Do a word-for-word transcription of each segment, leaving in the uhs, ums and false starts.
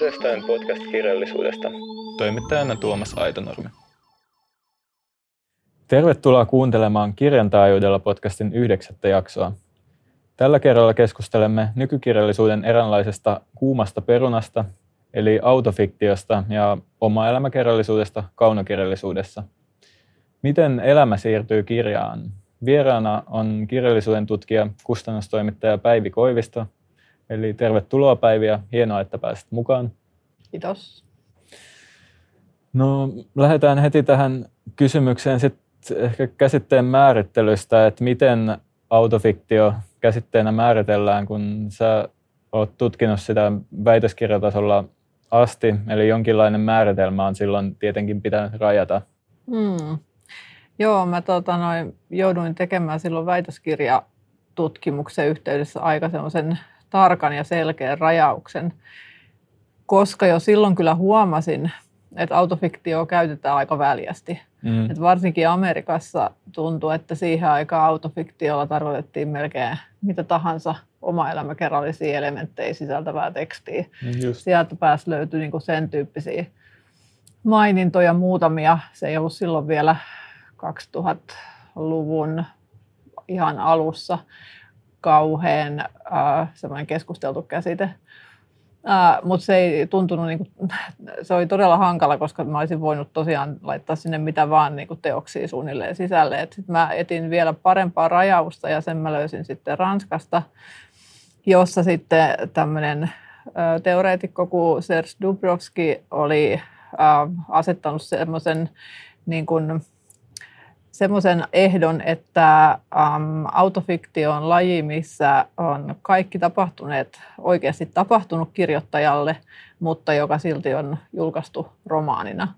uudestaan podcast-kirjallisuudesta. Toimittajana Tuomas Aitonurmi. Tervetuloa kuuntelemaan Kirjan taajuudella podcastin yhdeksättä jaksoa. Tällä kerralla keskustelemme nykykirjallisuuden eräänlaisesta kuumasta perunasta, eli autofiktiosta ja oma-elämäkerrallisuudesta kaunokirjallisuudessa. Miten elämä siirtyy kirjaan? Vieraana on kirjallisuuden tutkija, kustannustoimittaja Päivi Koivisto. Eli tervetuloa Päivi ja hienoa, että pääsit mukaan. Kiitos. No, lähdetään heti tähän kysymykseen sit ehkä käsitteen määrittelystä, että miten autofiktio käsitteenä määritellään, kun sä oot tutkinut sitä väitöskirjatasolla asti, eli jonkinlainen määritelmä on silloin tietenkin pitänyt rajata. Hmm. Joo, mä tota, noin, jouduin tekemään silloin väitöskirjatutkimuksen yhteydessä aika semmoisen tarkan ja selkeän rajauksen, koska jo silloin kyllä huomasin, että autofiktio käytetään aika väljästi. Mm. Et varsinkin Amerikassa tuntui, että siihen aikaan autofiktiolla tarkoitettiin melkein mitä tahansa oma-elämäkerrallisia elementtejä sisältävää tekstiä. Just. Sieltä päässä löytyi niinku sen tyyppisiä mainintoja muutamia. Se ei ollut silloin vielä kaksituhattaluvun ihan alussa kauhean äh, semmoinen keskusteltu käsite. Uh, mutta se ei tuntunut, niinku, se oli todella hankala, koska mä olisin voinut tosiaan laittaa sinne mitä vaan niinku teoksia suunnilleen sisälle. Et sit mä etin vielä parempaa rajausta ja sen mä löysin sitten Ranskasta, jossa sitten tämmöinen uh, teoreetikko kuin Serge Dubrovski oli uh, asettanut semmoisen niin kuin semmoisen ehdon, että um, autofiktio on laji, missä on kaikki tapahtuneet, oikeasti tapahtunut kirjoittajalle, mutta joka silti on julkaistu romaanina.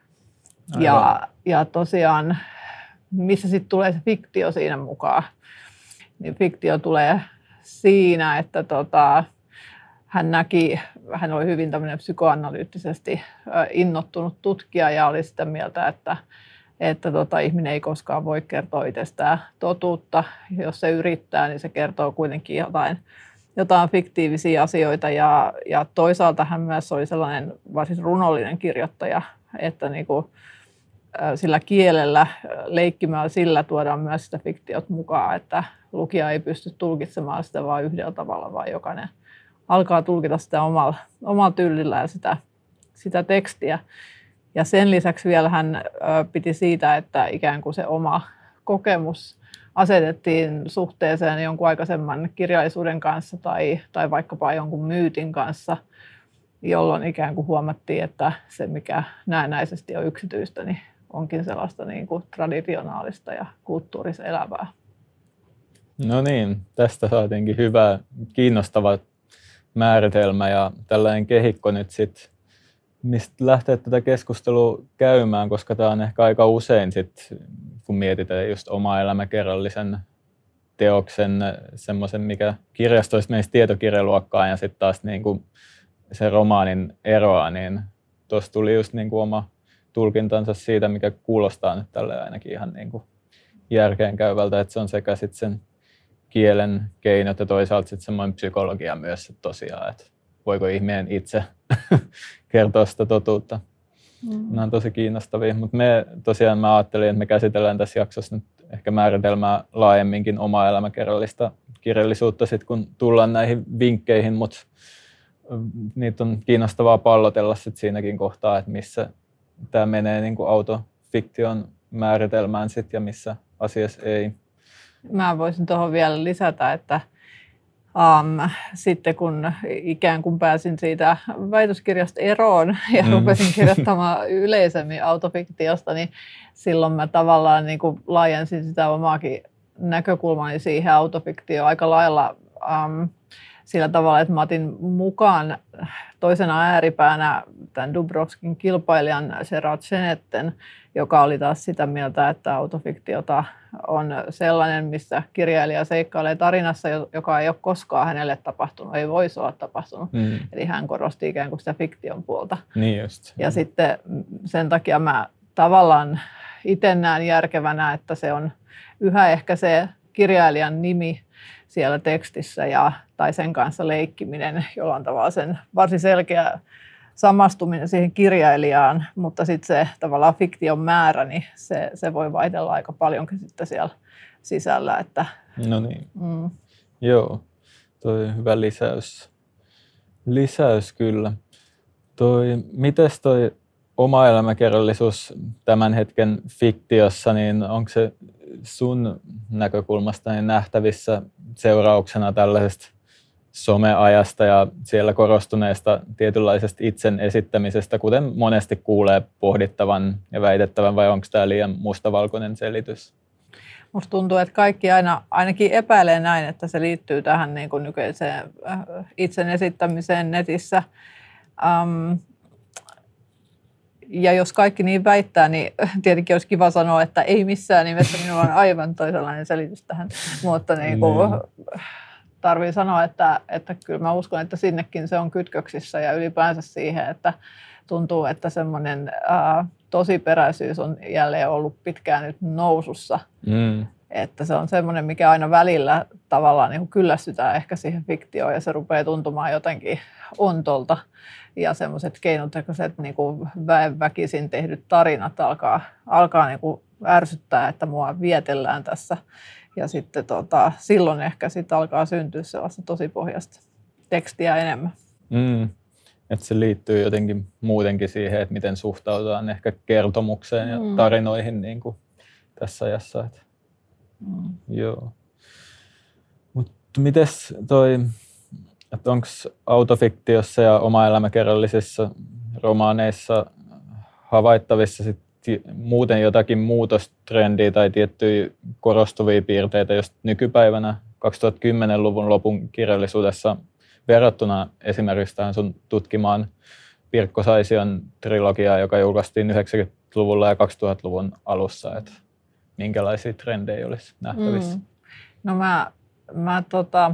Ja, ja tosiaan, missä sitten tulee se fiktio siinä mukaan, niin fiktio tulee siinä, että tota, hän näki, hän oli hyvin tämmöinen psykoanalyyttisesti innottunut tutkija ja oli sitä mieltä, että että tota, ihminen ei koskaan voi kertoa itsestään totuutta. Jos se yrittää, niin se kertoo kuitenkin jotain, jotain fiktiivisiä asioita. Ja, ja toisaalta hän myös oli sellainen varsin runollinen kirjoittaja, että niinku, sillä kielellä leikkimällä sillä tuodaan myös sitä fiktiot mukaan, että lukija ei pysty tulkitsemaan sitä vain yhdellä tavalla, vaan jokainen alkaa tulkita sitä omalla, omalla tyylillään sitä, sitä tekstiä. Ja sen lisäksi vielä hän piti siitä, että ikään kuin se oma kokemus asetettiin suhteeseen jonkun aikaisemman kirjallisuuden kanssa tai, tai vaikkapa jonkun myytin kanssa, jolloin ikään kuin huomattiin, että se mikä näennäisesti on yksityistä, niin onkin sellaista niin kuin traditionaalista ja kulttuuriselävää. No niin, tästä saatiinkin hyvä, kiinnostava määritelmä ja tällainen kehikko nyt sitten, mistä lähtee tätä keskustelua käymään, koska tämä on ehkä aika usein, sit, kun mietitään just oma-elämäkerrallisen teoksen, semmoisen, mikä kirjastoista menisi tietokirjaluokkaan ja sitten taas niin kuin se romaanin eroa, niin tuossa tuli just niin kuin oma tulkintansa siitä, mikä kuulostaa nyt tälle ainakin ihan niin kuin järkeenkäyvältä, että se on sekä sit sen kielen keinot ja toisaalta sitten semmoinen psykologia myös että tosiaan, että voiko ihminen itse kertoa sitä totuutta. Mm. Nämä on tosi kiinnostavia, mutta me tosiaan mä ajattelin, että me käsitellään tässä jaksossa nyt ehkä määritelmää laajemminkin omaa elämäkerrallista kirjallisuutta sit kun tullaan näihin vinkkeihin, mutta niitä on kiinnostavaa pallotella sit siinäkin kohtaa, että missä tämä menee niin kuin autofiktion määritelmään sit ja missä asiassa ei. Mä voisin tuohon vielä lisätä, että Um, sitten kun ikään kuin pääsin siitä väitöskirjasta eroon ja mm. rupesin kirjoittamaan yleisemmin autofiktiosta, niin silloin mä tavallaan niin kuin laajensin sitä omaakin näkökulmani siihen autofiktioon aika lailla um, sillä tavalla, että mä otin mukaan toisena ääripäänä tämän Dubrovskin kilpailijan Gerard Genetten, joka oli taas sitä mieltä, että autofiktiota on sellainen, missä kirjailija seikkailee tarinassa, joka ei ole koskaan hänelle tapahtunut, ei voisi olla tapahtunut. Mm. Eli hän korosti ikään kuin sitä fiktion puolta. Niin just. Ja sitten sen takia mä tavallaan itse näen järkevänä, että se on yhä ehkä se kirjailijan nimi siellä tekstissä ja, tai sen kanssa leikkiminen jollain tavalla sen varsin selkeä samastuminen siihen kirjailijaan, mutta sitten se tavallaan fiktion määrä, niin se, se voi vaihdella aika paljonkin sitten siellä sisällä. Että, no niin, mm. joo, toi hyvä lisäys, lisäys kyllä. Toi, mites toi oma elämäkerrallisuus tämän hetken fiktiossa, niin onko se sun näkökulmasta niin nähtävissä seurauksena tällaisesta someajasta ja siellä korostuneesta tietynlaisesta itsen esittämisestä, kuten monesti kuulee pohdittavan ja väitettävän, vai onko tämä liian mustavalkoinen selitys? Musta tuntuu, että kaikki aina ainakin epäilee näin, että se liittyy tähän niin kuin nykyiseen itsen esittämiseen netissä. Um, Ja jos kaikki niin väittää, niin tietenkin olisi kiva sanoa, että ei missään nimessä, minulla on aivan toisenlainen selitys tähän. Mutta niin kuin tarvii sanoa, että, että kyllä mä uskon, että sinnekin se on kytköksissä ja ylipäänsä siihen, että tuntuu, että semmoinen ää, tosiperäisyys on jälleen ollut pitkään nyt nousussa. Mm. Että se on semmoinen, mikä aina välillä tavallaan niin kuin kyllästytään ehkä siihen fiktioon ja se rupeaa tuntumaan jotenkin ontolta. Ja semmoiset keinotekoiset niin kuin väkisin tehdyt tarinat alkaa, alkaa niin kuin ärsyttää, että mua vietellään tässä. Ja sitten tota, silloin ehkä sit alkaa syntyä sellaista tosipohjaista tekstiä enemmän. Mm. Että se liittyy jotenkin muutenkin siihen, että miten suhtaudutaan ehkä kertomukseen ja tarinoihin niin kuin tässä ajassa. Että mm. Joo. Mutta mites toi, että onko autofiktiossa ja oma-elämäkerrallisissa romaaneissa havaittavissa sit muuten jotakin muutostrendiä tai tiettyjä korostuvia piirteitä just nykypäivänä kaksituhattakymmenluvun lopun kirjallisuudessa verrattuna esimerkiksi tähän sun tutkimaan Pirkko Saision trilogiaa, joka julkaistiin yhdeksänkymmentäluvulla ja kaksituhattaluvun alussa, että minkälaisia trendejä olisi nähtävissä? Mm. No mä, mä tota,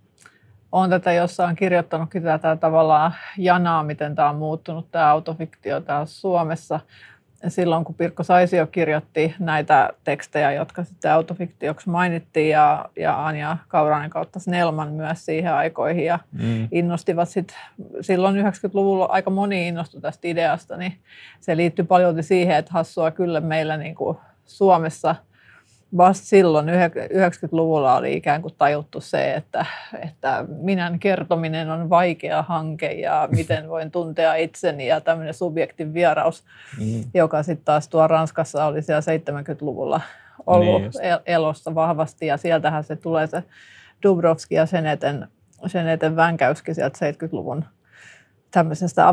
olen tätä jossain kirjoittanutkin tätä tavallaan janaa, miten tämä on muuttunut tämä autofiktio täällä Suomessa. Silloin kun Pirkko Saisio kirjoitti näitä tekstejä, jotka sitten autofiktioksi mainittiin ja, ja Anja Kauranen kautta Snellman myös siihen aikoihin ja mm. innostivat sit, silloin yhdeksänkymmentäluvulla aika moni innostui tästä ideasta, niin se liittyy paljon siihen, että hassua kyllä meillä niin kuin Suomessa vasta silloin yhdeksänkymmentäluvulla oli ikään kuin tajuttu se, että, että minän kertominen on vaikea hanke ja miten voin tuntea itseni ja tämmöinen subjektin vieraus, mm. joka sitten taas tuo Ranskassa oli siellä seitsemänkymmentäluvulla ollut niin elossa vahvasti ja sieltähän se tulee se Dubrovski ja Seneten, Seneten vänkäyskin sieltä seitsemänkymmentäluvun tämmöisestä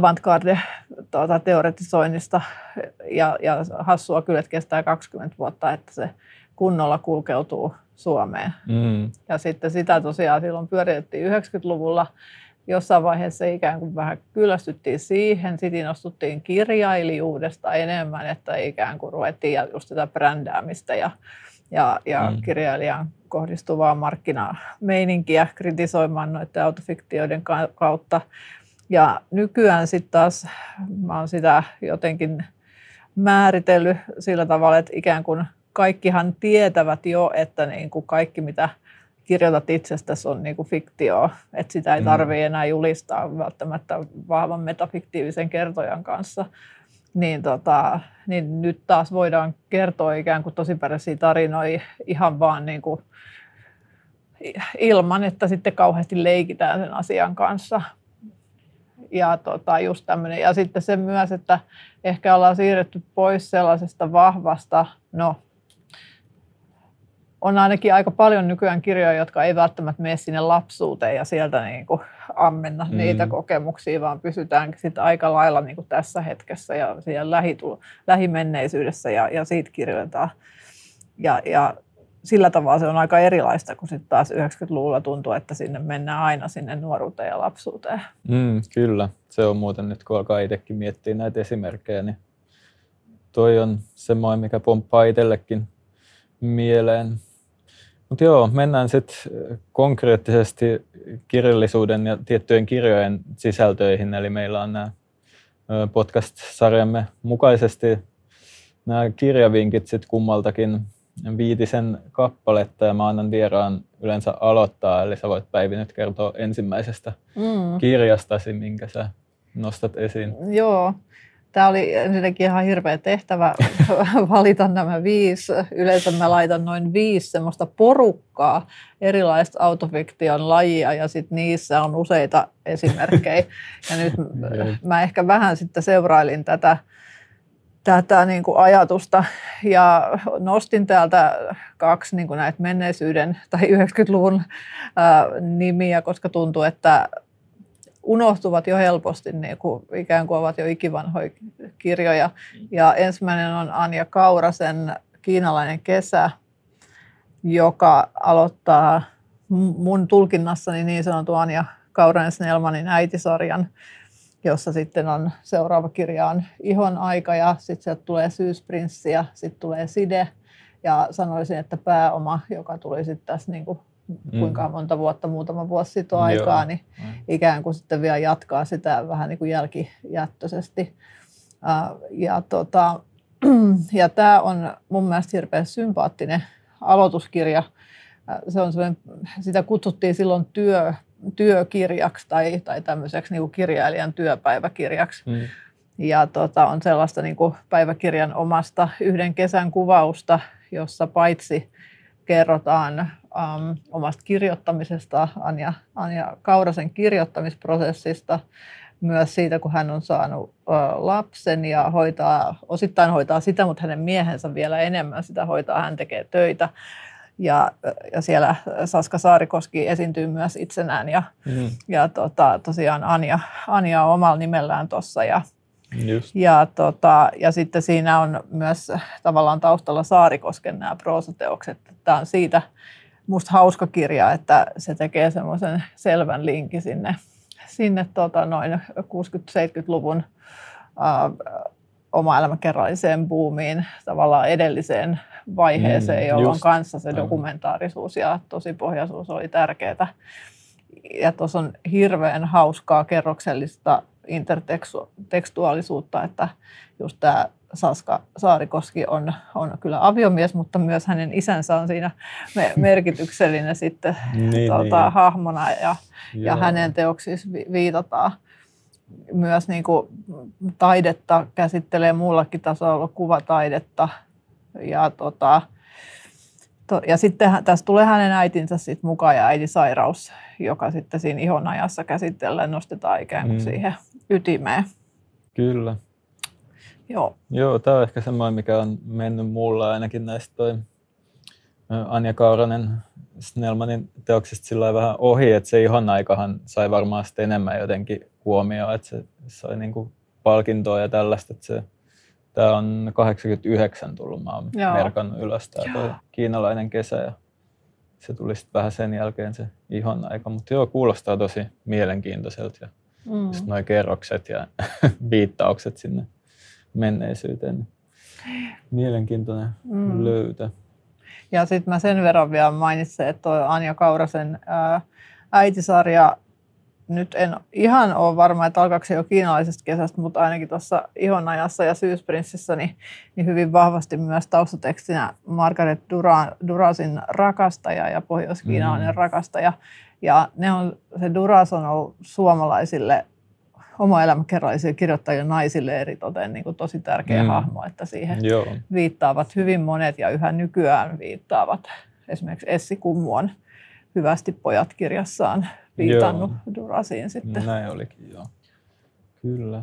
avantgarde-teoretisoinnista ja, ja hassua kyllä, että kestää kaksikymmentä vuotta, että se kunnolla kulkeutuu Suomeen. Mm. Ja sitten sitä tosiaan silloin pyöritettiin yhdeksänkymmentäluvulla. Jossain vaiheessa ikään kuin vähän kyllästyttiin siihen. Sitten innostuttiin kirjailijuudesta enemmän, että ikään kuin ruvettiin just tätä brändäämistä ja, ja, ja mm. kirjailijan kohdistuvaa markkinameininkiä kritisoimaan noiden autofiktioiden kautta. Ja nykyään sitten taas mä oon sitä jotenkin määritellyt sillä tavalla, että ikään kuin kaikkihan tietävät jo, että niin kuin kaikki mitä kirjoitat itsestäsi on niin kuin fiktioa, että sitä ei tarvitse enää julistaa välttämättä vahvan metafiktiivisen kertojan kanssa. Niin, tota, niin nyt taas voidaan kertoa ikään kuin tosiperäisiä tarinoita ihan vaan niin kuin ilman, että sitten kauheasti leikitään sen asian kanssa. Ja, tota, just tämmönen. Ja sitten se myös, että ehkä ollaan siirretty pois sellaisesta vahvasta, no on ainakin aika paljon nykyään kirjoja, jotka ei välttämättä mene sinne lapsuuteen ja sieltä niin kuin ammenna mm. niitä kokemuksia, vaan pysytään sitten aika lailla niin kuin tässä hetkessä ja siellä lähitul- lähimenneisyydessä ja, ja siitä kirjoitetaan. Ja, ja sillä tavalla se on aika erilaista, kun sitten taas yhdeksänkymmentäluvulla tuntuu, että sinne mennään aina sinne nuoruuteen ja lapsuuteen. Mm, kyllä, se on muuten nyt, kun alkaa itsekin miettiä näitä esimerkkejä, niin toi on semmoinen, mikä pomppaa itsellekin mieleen. Mutta joo, mennään sitten konkreettisesti kirjallisuuden ja tiettyjen kirjojen sisältöihin. Eli meillä on nämä podcast-sarjamme mukaisesti nämä kirjavinkit sitten kummaltakin viitisen kappaletta ja mä annan vieraan yleensä aloittaa. Eli sä voit, Päivi, nyt kertoa ensimmäisestä mm. kirjastasi, minkä sä nostat esiin? Joo. Tämä oli ensinnäkin ihan hirveä tehtävä valita nämä viisi. Yleensä mä laitan noin viisi semmoista porukkaa, erilaista autofiktion lajia, ja sitten niissä on useita esimerkkejä. Ja nyt mä ehkä vähän sitten seurailin tätä, tätä niin kuin ajatusta ja nostin täältä kaksi niin kuin näitä menneisyyden tai yhdeksänkymmentäluvun ää, nimiä, koska tuntuu, että unohtuvat jo helposti, niin kuin ikään kuin ovat jo ikivanhoja kirjoja. Ja ensimmäinen on Anja Kaurasen Kiinalainen kesä, joka aloittaa mun tulkinnassani niin sanotun Anja Kauranen-Snellmanin äitisarjan, jossa sitten on seuraava kirja on Ihon aika ja sitten sieltä tulee Syysprinssi ja sitten tulee Side. Ja sanoisin, että pääoma, joka tuli sitten tässä niin kuin kuinka monta vuotta, muutama vuosi sitten aikaa, Joo. niin ikään kuin sitten vielä jatkaa sitä vähän niin kuin jälkijättöisesti. Ja, tota, ja tämä on mun mielestä hirveän sympaattinen aloituskirja. Se on sitä kutsuttiin silloin työ, työkirjaksi tai, tai tämmöiseksi niin kuin kirjailijan työpäiväkirjaksi. Mm. Ja tota, on sellaista niin kuin päiväkirjan omasta yhden kesän kuvausta, jossa paitsi kerrotaan um, omasta kirjoittamisesta, Anja, Anja Kaurasen kirjoittamisprosessista, myös siitä, kun hän on saanut uh, lapsen ja hoitaa, osittain hoitaa sitä, mutta hänen miehensä vielä enemmän sitä hoitaa, hän tekee töitä. Ja, ja siellä Saska Saarikoski esiintyy myös itsenään ja, mm. ja tota, tosiaan Anja, Anja on omalla nimellään tuossa. Ja, ja, tota, ja sitten siinä on myös tavallaan taustalla Saarikosken nämä proosateokset. Tämä on siitä musta hauska kirja, että se tekee semmoisen selvän linkin sinne, sinne tota, noin kuusikymmentä-seitsemänkymmentäluvun äh, oma-elämäkerralliseen buumiin, tavallaan edelliseen vaiheeseen, mm, jolloin just. kanssa se dokumentaarisuus ja tosipohjaisuus oli tärkeää. Ja tuossa on hirveän hauskaa kerroksellista intertekstuaalisuutta, että just tämä Saska Saarikoski on, on kyllä aviomies, mutta myös hänen isänsä on siinä merkityksellinen sitten niin, tuota, niin. hahmona ja, ja hänen teoksissa viitataan. Myös niin kuin taidetta käsittelee muullakin tasolla, kuvataidetta. Ja, tota, to, ja sitten tässä tulee hänen äitinsä sit mukaan ja äitisairaus, joka sitten siinä ihon ajassa käsitellään, nostetaan ikään kuin mm. siihen ytimeen. Kyllä. Joo. Joo, tämä on ehkä semmoinen, mikä on mennyt mulla ainakin näistä toi Anja Kauranen Snellmanin teoksista sillä vähän ohi, että se ihon aikahan sai varmaan sitten enemmän jotenkin huomioon, että se sai niinku palkintoa ja tällaista, että se tämä on kahdeksankymmentäyhdeksän tullut, mä oon Joo. merkannut ylös tämä toi Kiinalainen kesä ja se tuli sitten vähän sen jälkeen se ihon aika, mutta joo, kuulostaa tosi mielenkiintoiselta ja mm. sitten nuo kerrokset ja viittaukset sinne menneisyyteen. Mielenkiintoinen mm. löytö. Ja sitten mä sen verran vielä mainitsin, että tuo Anja Kaurasen ää, äitisarja, nyt en ihan ole varma, että alkaako se jo kiinalaisesta kesästä, mutta ainakin tuossa Ihon ajassa ja Syysprinssissä niin, niin hyvin vahvasti myös taustatekstinä Margaret Durasin Rakastaja ja Pohjois-Kiinalainen mm. rakastaja. Ja ne on, se Duras on ollut suomalaisille omaelämäkerrallisille kirjoittajille naisille eritoten niin kuin tosi tärkeä mm. hahmo, että siihen Joo. viittaavat hyvin monet ja yhä nykyään viittaavat. Esimerkiksi Essi Kummu on Hyvästi pojat -kirjassaan viitannut joo. Durasiin sitten. Näin olikin, joo. Kyllä.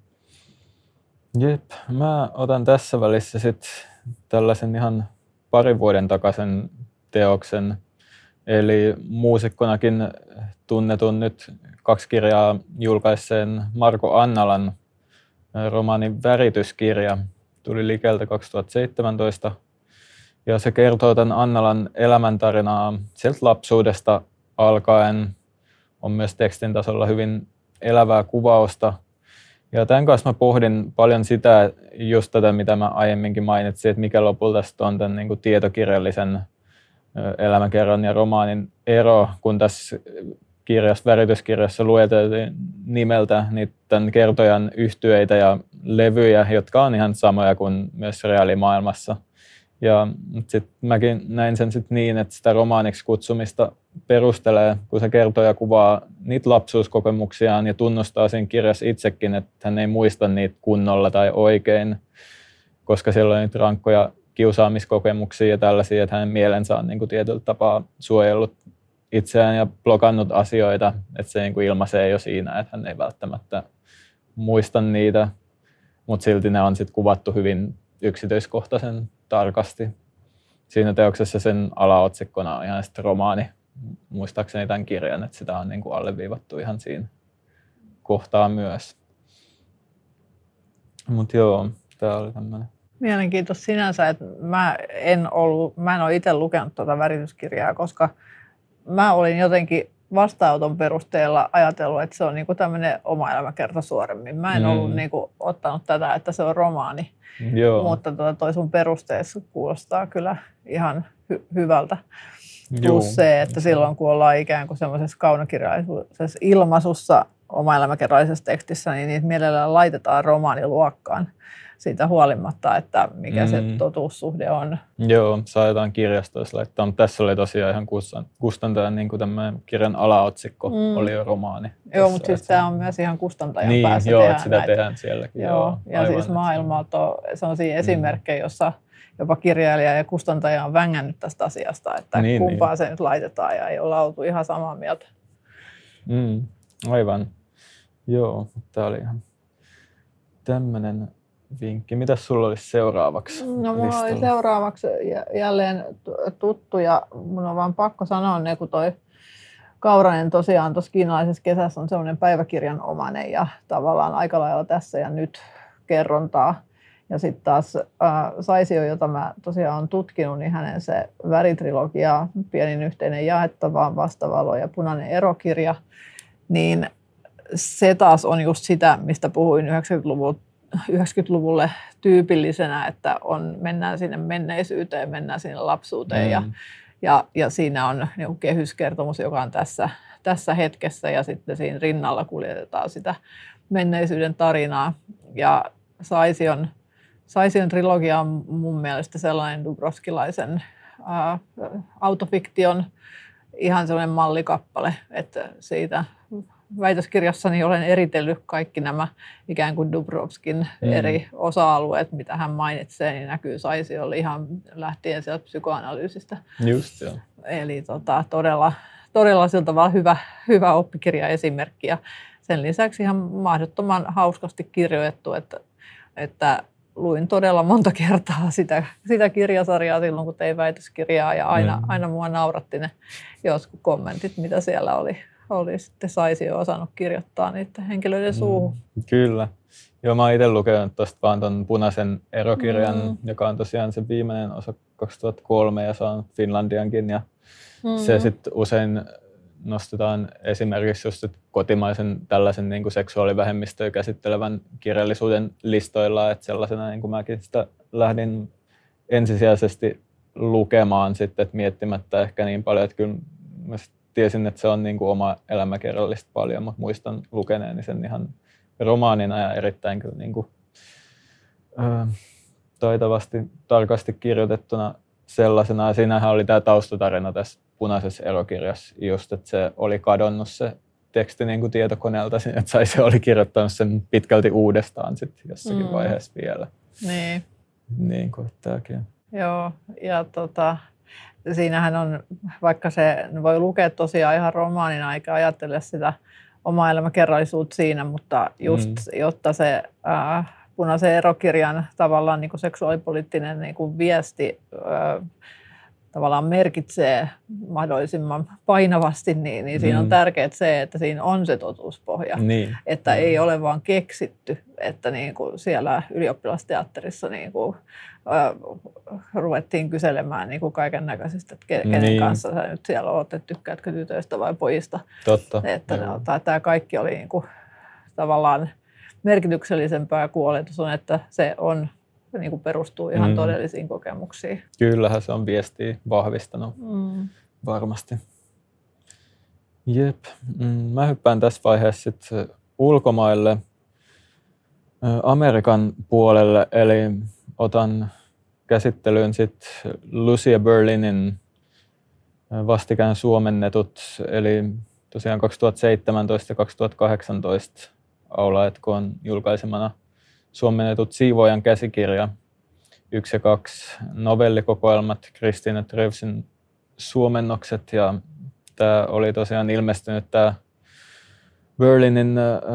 Jep, mä otan tässä välissä sitten tällaisen ihan parin vuoden takaisen teoksen. Eli muusikkonakin tunnetun nyt kaksi kirjaa julkaisseen Marko Annalan romaanin Värityskirja. Tuli likeltä kaksituhattaseitsemäntoista. Ja se kertoo tämän Annalan elämäntarinaa sieltä lapsuudesta alkaen. On myös tekstin tasolla hyvin elävää kuvausta. Ja tämän kanssa mä pohdin paljon sitä, just tätä mitä mä aiemminkin mainitsin, että mikä lopulta on tämän niin kuin tietokirjallisen elämäkerran ja romaanin ero, kun tässä kirjassa, Värityskirjassa lueteltiin nimeltä niiden kertojan yhtyeitä ja levyjä, jotka on ihan samoja kuin myös reaalimaailmassa. Ja sitten mäkin näin sen sit niin, että sitä romaaniksi kutsumista perustelee, kun se kertoo ja kuvaa niitä lapsuuskokemuksiaan ja tunnustaa siinä kirjassa itsekin, että hän ei muista niitä kunnolla tai oikein, koska siellä on niitä rankkoja kiusaamiskokemuksia ja tällaisia, että hänen mielensä on niin kuin tietyllä tapaa suojellut itseään ja blokannut asioita, että se niin kuin ilmaisee jo siinä, että hän ei välttämättä muista niitä, mutta silti ne on sitten kuvattu hyvin yksityiskohtaisen tarkasti. Siinä teoksessa sen alaotsikkona on ihan sitten romaani, muistaakseni tämän kirjan, että sitä on niin kuin alleviivattu ihan siinä kohtaa myös. Mutta joo, tämä oli tämmöinen. Mielenkiintoista sinänsä, että mä en, ollut, mä en ole itse lukenut tuota värityskirjaa, koska mä olin jotenkin vastaanoton perusteella ajatellut, että se on niinku tämmöinen oma elämäkerta suoremmin. Mä en mm. ollut niinku ottanut tätä, että se on romaani, Joo. mutta tuota, toi sun perusteessa kuulostaa kyllä ihan hy- hyvältä. Plus Joo. se, että silloin kun ollaan ikään kuin semmoisessa kaunokirjallisessa ilmaisussa oma elämäkerrallisessa tekstissä, niin niitä mielellään laitetaan romaaniluokkaan siitä huolimatta, että mikä mm. se totuussuhde on. Joo, saadaan kirjastoissa laittaa, mutta tässä oli tosiaan ihan kustantajan niin kuin tämmöinen kirjan alaotsikko, mm. oli jo romaani. Joo, mutta siis tämä on myös ihan kustantajan niin, päässä joo, tehdään sitä näitä. tehdään sielläkin. Joo, joo ja aivan, siis maailmalta on sellaisia esimerkkejä, jossa jopa kirjailija ja kustantaja on vängännyt tästä asiasta, että niin, kumpaa niin. se nyt laitetaan ja ei olla oltu ihan samaa mieltä. Mm, aivan. Joo, tämä oli ihan tämmöinen vinkki. Mitäs sulla olisi seuraavaksi No mulla listalla? oli seuraavaksi jälleen tuttu ja mun on vaan pakko sanoa ne, kun toi Kauranen tosiaan tuossa Kiinalaisessa kesässä on semmoinen päiväkirjanomainen ja tavallaan aika lailla tässä ja nyt kerrontaa. Ja sitten taas äh, Saisio, jota mä tosiaan olen tutkinut, niin hänen se väritrilogia, Pienin yhteinen jaettava, Vastavalo ja Punainen erokirja, niin se taas on just sitä, mistä puhuin yhdeksänkymmentäluvulle tyypillisenä, että on, mennään sinne menneisyyteen, mennään sinne lapsuuteen mm. ja, ja, ja siinä on niin kuin kehyskertomus, joka on tässä, tässä hetkessä ja sitten siinä rinnalla kuljetetaan sitä menneisyyden tarinaa. Ja Saision, Saision trilogia on mun mielestä sellainen Dubrovskilaisen ää, autofiktion ihan sellainen mallikappale, että siitä väitöskirjassani olen eritellyt kaikki nämä ikään kuin Dubrovskin mm. eri osa-alueet, mitä hän mainitsee, niin näkyy Saisiolle ihan lähtien sieltä psykoanalyysistä. Just joo. Eli tota, todella, todella sillä tavalla hyvä, hyvä oppikirjaesimerkki ja sen lisäksi ihan mahdottoman hauskasti kirjoitettu, että, että luin todella monta kertaa sitä, sitä kirjasarjaa silloin, kun tein väitöskirjaa ja aina, mm. aina mua nauratti ne joskus kommentit, mitä siellä oli. oli sitten Saisio osannut kirjoittaa niiden henkilöiden suuhun. Mm, kyllä. Joo, mä oon itse lukenut tuosta vaan ton Punaisen erokirjan, mm. joka on tosiaan se viimeinen osa kaksituhattakolme ja saanut Finlandiankin. Ja mm. se sitten usein nostetaan esimerkiksi just kotimaisen tällaisen niin kuin seksuaalivähemmistöä käsittelevän kirjallisuuden listoilla, että sellaisena niin kuin mäkin sitä lähdin ensisijaisesti lukemaan sitten, että miettimättä ehkä niin paljon, että kyllä mä tiesin, että se on niin kuin oma elämäkerrallista paljon, mutta muistan lukeneeni sen ihan romaanina ja erittäin kyllä niin kuin, ää, taitavasti, tarkasti kirjoitettuna sellaisena. Ja siinähän oli tämä taustatarina tässä Punaisessa erokirjassa just, että se oli kadonnut se teksti niin kuin tietokoneelta, että Saisio oli kirjoittanut sen pitkälti uudestaan sitten jossakin mm. vaiheessa vielä. Niin. Niin kuin tämäkin. Joo, ja tota, siinähän on, vaikka se voi lukea tosiaan ihan romaanina eikä ajattele sitä omaa elämäkerrallisuutta siinä, mutta just mm. jotta se äh, Punaisen erokirjan tavallaan niin kuin seksuaalipoliittinen niin kuin viesti äh, tavallaan merkitsee mahdollisimman painavasti, niin, niin siinä mm. on tärkeää se, että siinä on se totuuspohja. Niin. Että mm. ei ole vaan keksitty, että niin kuin siellä ylioppilasteatterissa niin kuin, äh, ruvettiin kyselemään niin kuin kaiken näköisistä, että kenen niin. kanssa sä nyt siellä olet, että tykkäätkö tytöistä vai pojista. Totta. Että no, tämä kaikki oli niin kuin, tavallaan merkityksellisempää kuin oletus on, että se on niin kuin perustuu ihan mm. todellisiin kokemuksiin. Kyllähän se on viestiä vahvistanut mm. varmasti. Jep. Mä hyppään tässä vaiheessa sitten ulkomaille Amerikan puolelle, eli otan käsittelyyn sitten Lucia Berlinin vastikään suomennetut, eli tosiaan kaksituhattaseitsemäntoista ja kaksituhattakahdeksantoista Aula et K:n julkaisemana suomennetut Siivoojan käsikirja yksi ja kaksi novellikokoelmat, Christina Trevsin suomennokset, ja tämä oli tosiaan ilmestynyt tämä Berlinin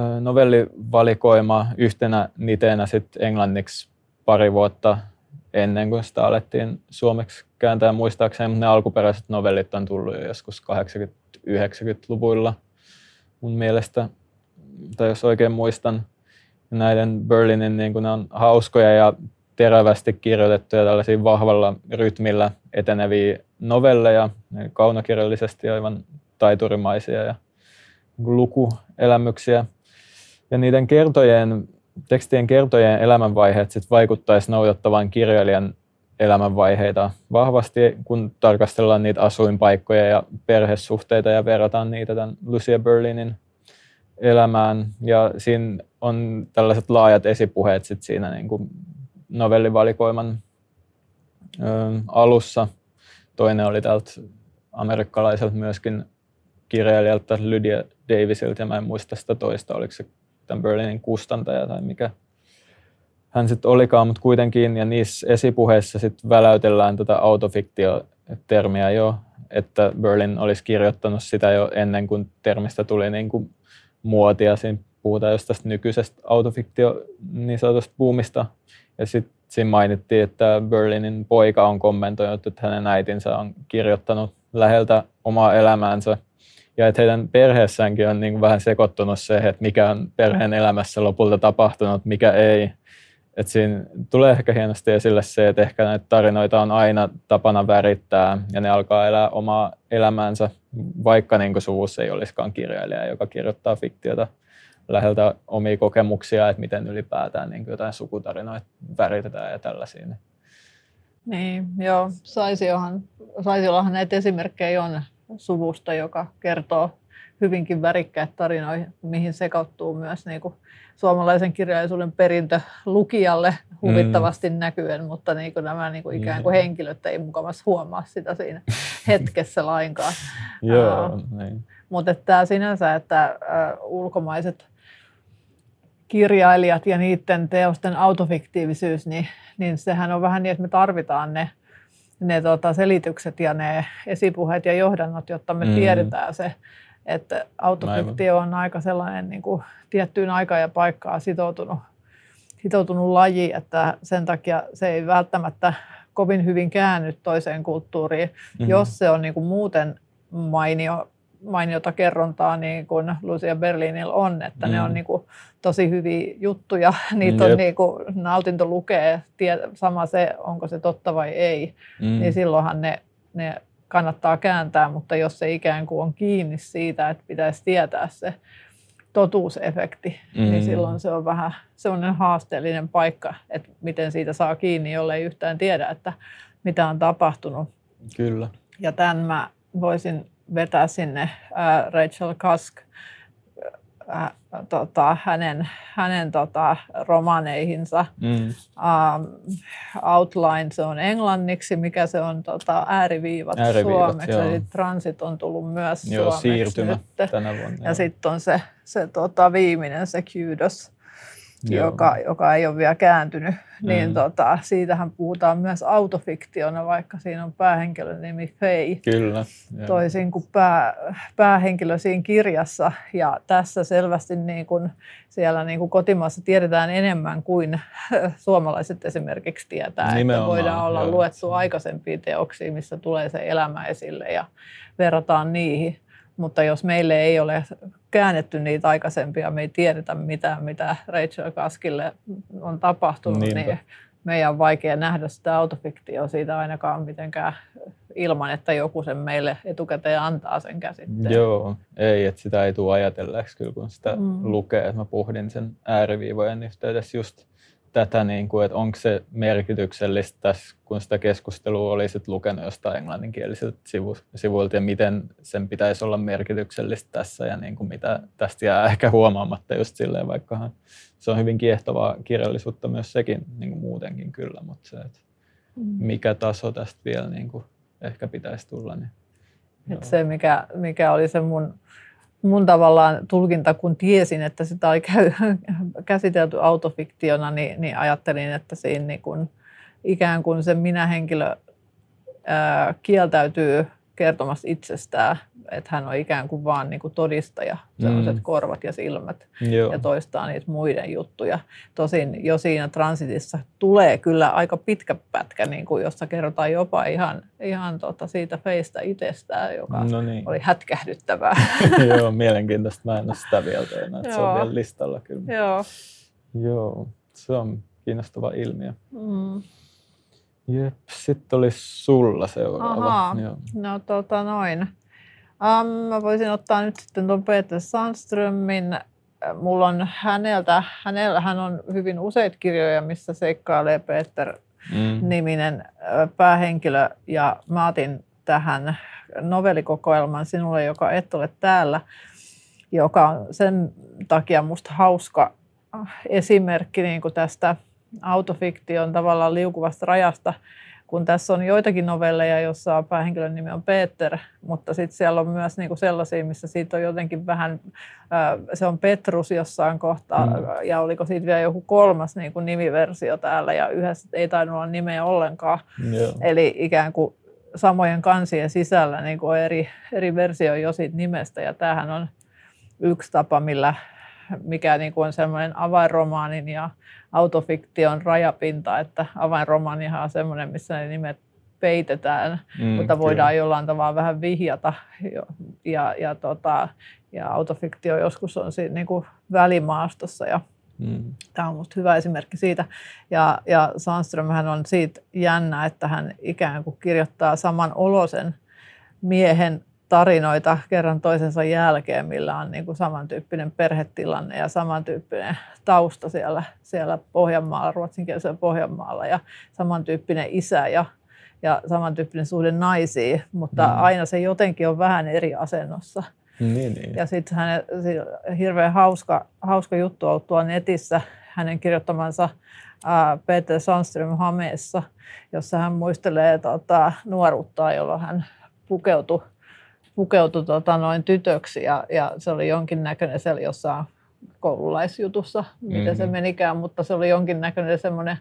novellivalikoima yhtenä niteenä sit englanniksi pari vuotta ennen kuin sitä alettiin suomeksi kääntää muistaakseni, mutta ne alkuperäiset novellit on tullut jo joskus kahdeksankymmentä-yhdeksänkymmentäluvuilla mun mielestä, tai jos oikein muistan. Näiden Berlinin niin kun ne on hauskoja ja terävästi kirjoitettuja tällaisia vahvalla rytmillä eteneviä novelleja, kaunokirjallisesti aivan taiturimaisia ja lukuelämyksiä. Ja niiden kertojen, tekstien kertojen elämänvaiheet sit vaikuttaisi noudattavan kirjailijan elämänvaiheita vahvasti, kun tarkastellaan niitä asuinpaikkoja ja perhesuhteita ja verrataan niitä tämän Lucia Berlinin elämään. Ja siinä on tällaiset laajat esipuheet sit siinä niin kuin novellivalikoiman ö, alussa. Toinen oli tältä amerikkalaiselta myöskin kirjailijalta Lydia Davisilta, ja mä en muista sitä toista, oliko se tämän Berlinin kustantaja tai mikä hän sitten olikaan, mutta kuitenkin, ja niissä esipuheissa sitten väläytellään tätä autofiktio-termiä jo, että Berlin olisi kirjoittanut sitä jo ennen kuin termistä tuli niin kuin muotia. Siinä puhutaan just tästä nykyisestä autofiktio niin sanotusta boomista, ja sitten siinä mainittiin, että Berlinin poika on kommentoinut, että hänen äitinsä on kirjoittanut läheltä omaa elämäänsä, ja että heidän perheessäänkin on niin kuin vähän sekoittunut se, että mikä on perheen elämässä lopulta tapahtunut, mikä ei. Että siinä tulee ehkä hienosti esille se, että ehkä näitä tarinoita on aina tapana värittää ja ne alkaa elää omaa elämäänsä, vaikka niin kuin suvussa ei olisikaan kirjailija, joka kirjoittaa fiktiota läheltä omia kokemuksia, että miten ylipäätään niin kuin jotain sukutarinoita väritetään ja tällaisia. Niin, joo. Saisiohan, Saisiollahan näitä esimerkkejä on suvusta, joka kertoo hyvinkin värikkäät tarinoita, mihin sekauttuu myös niin kuin suomalaisen kirjallisuuden perintö lukijalle huvittavasti mm. näkyen, mutta niin kuin nämä niin kuin ikään kuin henkilöt ei mukavasti huomaa sitä siinä hetkessä lainkaan. Joo, uh, niin. Mutta tämä sinänsä, että uh, ulkomaiset kirjailijat ja niiden teosten autofiktiivisyys, niin, niin sehän on vähän niin, että me tarvitaan ne, ne tota, selitykset ja ne esipuheet ja johdannot, jotta me mm. tiedetään se, että autofiktio on aika sellainen niin kuin tiettyyn aikaan ja paikkaan sitoutunut, sitoutunut laji, että sen takia se ei välttämättä kovin hyvin käänny toiseen kulttuuriin, mm-hmm. jos se on niin kuin muuten mainio, mainiota kerrontaa, niin kuin Lucia Berlinillä on, että mm. ne on niin kuin tosi hyviä juttuja, niitä on niin kuin nautinto lukee, sama se, onko se totta vai ei, mm. niin silloinhan ne, ne kannattaa kääntää, mutta jos se ikään kuin on kiinni siitä, että pitäisi tietää se totuusefekti, mm. niin silloin se on vähän sellainen haasteellinen paikka, että miten siitä saa kiinni, jollei yhtään tiedä, että mitä on tapahtunut. Kyllä. Ja tämän mä voisin vetää sinne äh, Rachel Cusk, äh, tota, hänen, hänen tota, romaaneihinsa. Mm. Um, Outline se on englanniksi, mikä se on tota, ääriviivat, ääriviivat suomeksi. Eli Transit on tullut myös joo, suomeksi siirtymä nyt. Tänä vuonna. Ja sitten on se, se tota, viimeinen, se Kudos, joka, joka ei ole vielä kääntynyt. Mm. Niin tota, siitähän puhutaan myös autofiktiona, vaikka siinä on päähenkilön nimi Faye. Kyllä. Toisin kuin pää, päähenkilö siinä kirjassa. Ja tässä selvästi niin kun siellä niin kun kotimaassa tiedetään enemmän kuin suomalaiset esimerkiksi tietää. Nimenomaan, että voidaan olla joo. luettu aikaisempia teoksia, missä tulee se elämä esille ja verrataan niihin. Mutta jos meille ei ole käännetty niitä aikaisempia, me ei tiedetä mitään, mitä Rachel Cuskille on tapahtunut, Niinpä. niin meidän on vaikea nähdä sitä autofiktioa siitä ainakaan mitenkään ilman, että joku sen meille etukäteen antaa sen käsitteen. Joo, ei, että sitä ei tule ajatelleeksi kyllä, kun sitä mm. lukee. Että mä pohdin sen ääriviivojen yhteydessä just tätä, niin kuin, että onko se merkityksellistä tässä, kun sitä keskustelua oli sit lukenut jostain englanninkielisiltä sivuilta ja miten sen pitäisi olla merkityksellistä tässä ja niin kuin mitä tästä jää ehkä huomaamatta just silleen, vaikka se on hyvin kiehtovaa kirjallisuutta myös sekin niin kuin muutenkin kyllä, mutta se, että mikä taso tästä vielä niin kuin ehkä pitäisi tulla, niin Et se, mikä, mikä oli se mun, mun tavallaan tulkinta, kun tiesin, että sitä oli käy, käsitelty autofiktiona, niin, niin ajattelin, että siinä niin kun, ikään kuin se minä-henkilö ää, kieltäytyy kertomassa itsestään, että hän on ikään kuin vaan niin kuin todistaja, sellaiset mm. korvat ja silmät Joo. ja toistaa niitä muiden juttuja. Tosin jo siinä transitissa tulee kyllä aika pitkä pätkä, niin kuin jossa kerrotaan jopa ihan, ihan tota siitä feistä itsestään, joka no niin. oli hätkähdyttävää. Joo, mielenkiintoista. Mä en ole sitä vielä tehnyt, että se on vielä listalla kyllä. Joo. Joo, se on kiinnostava ilmiö. Mm. Jep, sitten olisi sulla seuraava. Ahaa, Joo. no tota noin. Um, mä voisin ottaa nyt sitten tuon Peter Sandströmin. Mulla on häneltä, hänellä hän on hyvin useita kirjoja, missä seikkailee Peter-niminen mm. päähenkilö. Ja mä otin tähän novellikokoelman Sinulle, joka et ole täällä, joka on sen takia musta hauska esimerkki niin kuin tästä autofiktion tavallaan liukuvasta rajasta, kun tässä on joitakin novelleja, joissa päähenkilön nimi on Peter, mutta sitten siellä on myös niinku sellaisia, missä siitä on jotenkin vähän, se on Petrus jossain kohtaa, mm. ja oliko siitä vielä joku kolmas niinku nimiversio täällä, ja yhdessä ei tainnut olla nimeä ollenkaan. Yeah. Eli ikään kuin samojen kansien sisällä niinku on eri, eri versio jo siitä nimestä, ja tämähän on yksi tapa, millä, mikä niinku on semmoinen avainromaanin ja autofiktion rajapinta, että avainromaanihan on semmoinen, missä ne nimet peitetään, mm, mutta voidaan kyllä. jollain tavalla vähän vihjata. Ja, ja, tota, ja autofiktio joskus on siinä niin kuin välimaastossa. Ja mm. tämä on musta hyvä esimerkki siitä. Ja, ja Sandströmhän on siitä jännä, että hän ikään kuin kirjoittaa saman olosen miehen tarinoita kerran toisensa jälkeen, millä on niin kuin samantyyppinen perhetilanne ja samantyyppinen tausta siellä, siellä Pohjanmaalla, ruotsinkielisellä Pohjanmaalla ja samantyyppinen isä ja, ja samantyyppinen suhde naisiin, mutta mm. aina se jotenkin on vähän eri asennossa. Niin, niin. Ja sitten hänen hirveän hauska, hauska juttu on tuolla netissä hänen kirjoittamansa ää, Peter Sandström Hameessa, jossa hän muistelee tota, nuoruuttaan, jolloin hän pukeutui pukeutui tota, noin tytöksi ja, ja se oli jonkinnäköinen siellä jossain koululaisjutussa, miten mm-hmm. se menikään, mutta se oli jonkinnäköinen semmoinen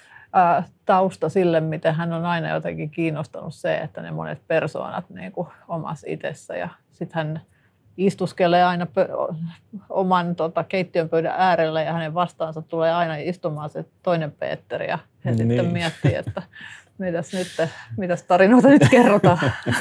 ää, tausta sille, miten hän on aina jotenkin kiinnostanut se, että ne monet persoonat niin kuin omassa itsessä ja sitten hän istuskelee aina pö- oman tota, keittiön pöydän äärellä ja hänen vastaansa tulee aina istumaan se toinen Peter ja he niin. sitten miettii, että mitäs nyt, mitäs tarinoita nyt kerrotaan.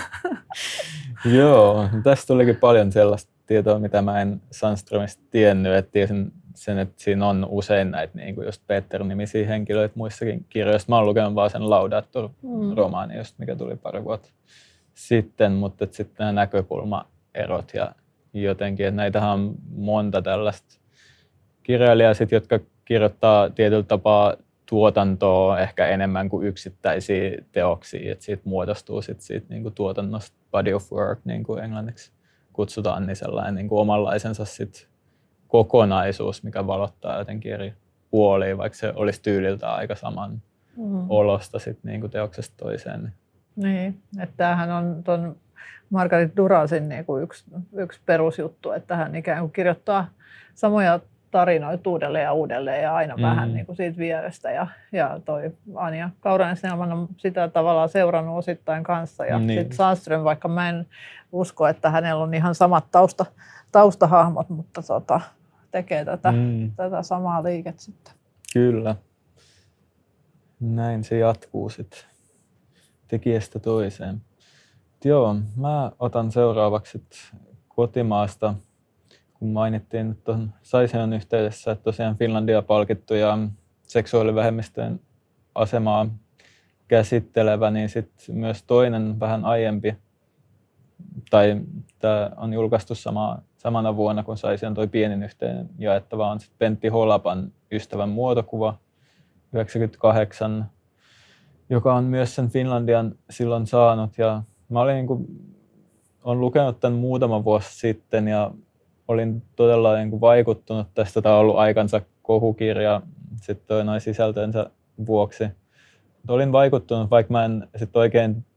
Joo, tästä tulikin paljon sellaista tietoa, mitä mä en Sandströmistä tiennyt, että tiesin sen, että siinä on usein näitä niin kuin just Peter-nimisiä henkilöitä muissakin kirjoissa. Mä oon lukenut vaan sen Laudator-romaani, just mikä tuli pari vuotta sitten, mutta sitten nämä näkökulmaerot ja jotenkin, että näitähän on monta tällaista kirjailijaa, sit, jotka kirjoittaa tietyllä tapaa tuotantoa ehkä enemmän kuin yksittäisiä teoksia, että siitä muodostuu sit siitä niin kuin tuotannosta body of work, niin kuin englanniksi kutsutaan, niin sellainen niin kuin omanlaisensa sit kokonaisuus, mikä valottaa jotenkin eri puolia, vaikka se olisi tyyliltä aika saman mm. olosta sit niin kuin teoksesta toiseen. Niin, että tämähän on tuon Margaret Durasin niin kuin yksi, yksi perusjuttu, että hän ikään kuin kirjoittaa samoja tarinoita uudelleen ja uudelleen ja aina mm. vähän niin kuin siitä vierestä. Ja, ja toi Anja Kauranen-Snellman on sitä tavallaan seurannut osittain kanssa. Ja niin. sitten Sandström, vaikka mä en usko, että hänellä on ihan samat tausta, taustahahmot, mutta tota, tekee tätä, mm. tätä samaa liikettä sitten. Kyllä. Näin se jatkuu sitten tekijästä toiseen. Joo, mä otan seuraavaksi kotimaasta. Kun mainittiin tuon Saision yhteydessä, että tosiaan Finlandia palkittu ja seksuaalivähemmistöjen asemaa käsittelevä, niin sitten myös toinen vähän aiempi, tai tämä on julkaistu sama, samana vuonna kuin Saision toi Pienin yhteen jaettava, on sitten Pentti Holapan Ystävän muotokuva yhdeksänkymmentäkahdeksan, joka on myös sen Finlandian silloin saanut. Ja mä olin niin kuin, olen lukenut tämän muutama vuosi sitten ja olin todella niin kuin vaikuttunut tästä. Tämä on ollut aikansa kohukirja sitten noin sisältönsä vuoksi. Mutta olin vaikuttunut, vaikka mä en sit oikein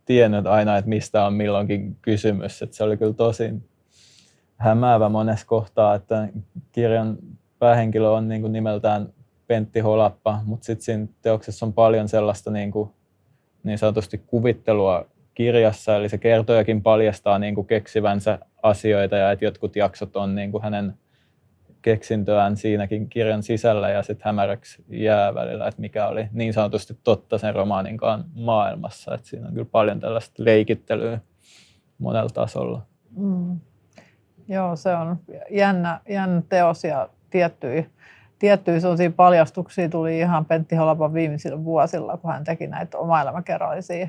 tiennyt aina, että mistä on milloinkin kysymys. Että se oli kyllä tosi hämäävä monessa kohtaa, että kirjan päähenkilö on niin kuin nimeltään Pentti Holappa, mutta sitten siinä teoksessa on paljon sellaista niin, kuin, niin sanotusti kuvittelua kirjassa, eli se kertojakin paljastaa niin kuin keksivänsä asioita ja että jotkut jaksot on niin kuin hänen keksintöään siinäkin kirjan sisällä ja sitten hämäräksi jää välillä, että mikä oli niin sanotusti totta sen romaaninkaan maailmassa. Että siinä on kyllä paljon tällaista leikittelyä monella tasolla. Mm. Joo, se on jännä, jännä teos ja tiettyjä, tiettyjä sellaisia paljastuksia tuli ihan Pentti Holapan viimeisillä vuosilla, kun hän teki näitä omaelämäkerrallisia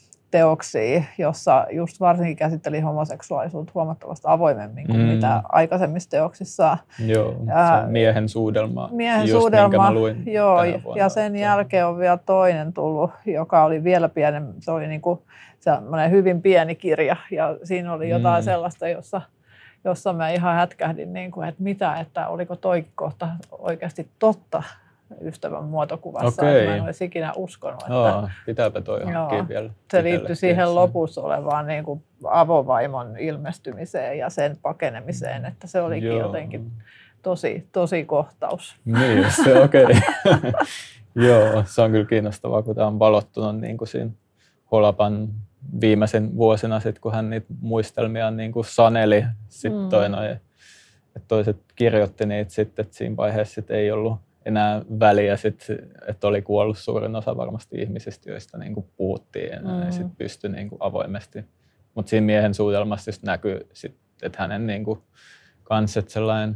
teoksia, jossa just varsinkin käsitteli homoseksuaalisuutta huomattavasti avoimemmin kuin mm. mitä aikaisemmissa teoksissaan. Joo, se on Miehen suudelma, Miehen just suudelma, minkä mä luin joo, ja sen jälkeen on vielä toinen tullut, joka oli vielä pienempi. Se oli niin kuin sellainen hyvin pieni kirja ja siinä oli jotain mm. sellaista, jossa, jossa mä ihan hätkähdin, niin kuin, että mitä, että oliko toikin kohta oikeasti totta Ystävän muotokuvassa. Okei. Mä en olisi ikinä uskonut. Että, joo, pitääpä toi hankkia vielä. Se liittyi siihen lopussa olevaan niin kuin avovaimon ilmestymiseen ja sen pakenemiseen, että se olikin joo. jotenkin tosi, tosi kohtaus. Niin, se okei. Okay. Joo, se on kyllä kiinnostavaa, kun tämä on valottunut niin kuin siinä Holapan viimeisen vuosina, sit, kun hän niitä muistelmia niin kuin saneli. Sit mm. toi noi, että toiset kirjoitti niitä sitten, että siinä vaiheessa sit ei ollut enää väliä, sit, että oli kuollut suurin osa varmasti ihmisistä, joista niin kuin puhuttiin enää, mm. ja sitten pystyi niin kuin avoimesti. Mutta siinä Miehen suudelmassa näkyy, sit, että hänen niin kuin, kans, että sellainen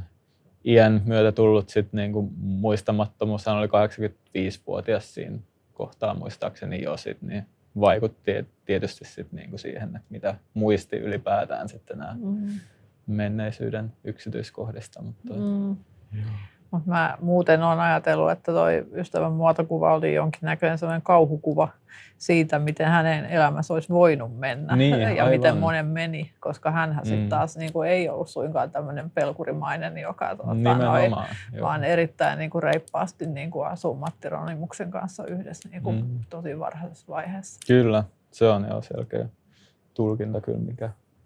iän myötä tullut sit, niin kuin, muistamattomuus, hän oli kahdeksankymmentäviisivuotias siinä kohtaa muistaakseni jo, sit, niin vaikutti tietysti sit, niin kuin siihen, että mitä muisti ylipäätään sitten nämä mm. menneisyyden yksityiskohdista. Mutta, mm. Mutta mä muuten olen ajatellut, että toi Ystävän muotokuva oli jonkinnäköinen sellainen kauhukuva siitä, miten hänen elämässä olisi voinut mennä niin, ja aivan. miten monen meni, koska hänhän sitten mm. taas niin kuin ei ollut suinkaan tämmöinen pelkurimainen, joka tuota, noin, vaan erittäin niin kuin reippaasti niin kuin asuu Matti Ronimuksen kanssa yhdessä niin kuin mm. tosi varhaisessa vaiheessa. Kyllä, se on jo selkeä tulkinta kyllä, mikä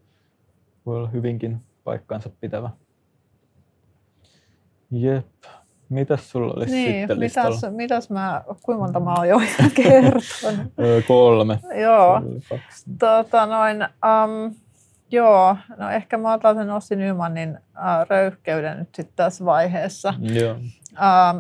voi olla hyvinkin paikkansa pitävä. Jep. Mitäs sulla olisi niin, sitten listalla? Mitäs, mitäs mä, kuinka monta mä oon jo kertonut? Kolme. Joo. Tota noin, um, joo, no ehkä mä otan sen Ossi Nymanin uh, röyhkeyden nyt sitten tässä vaiheessa, joo. Um,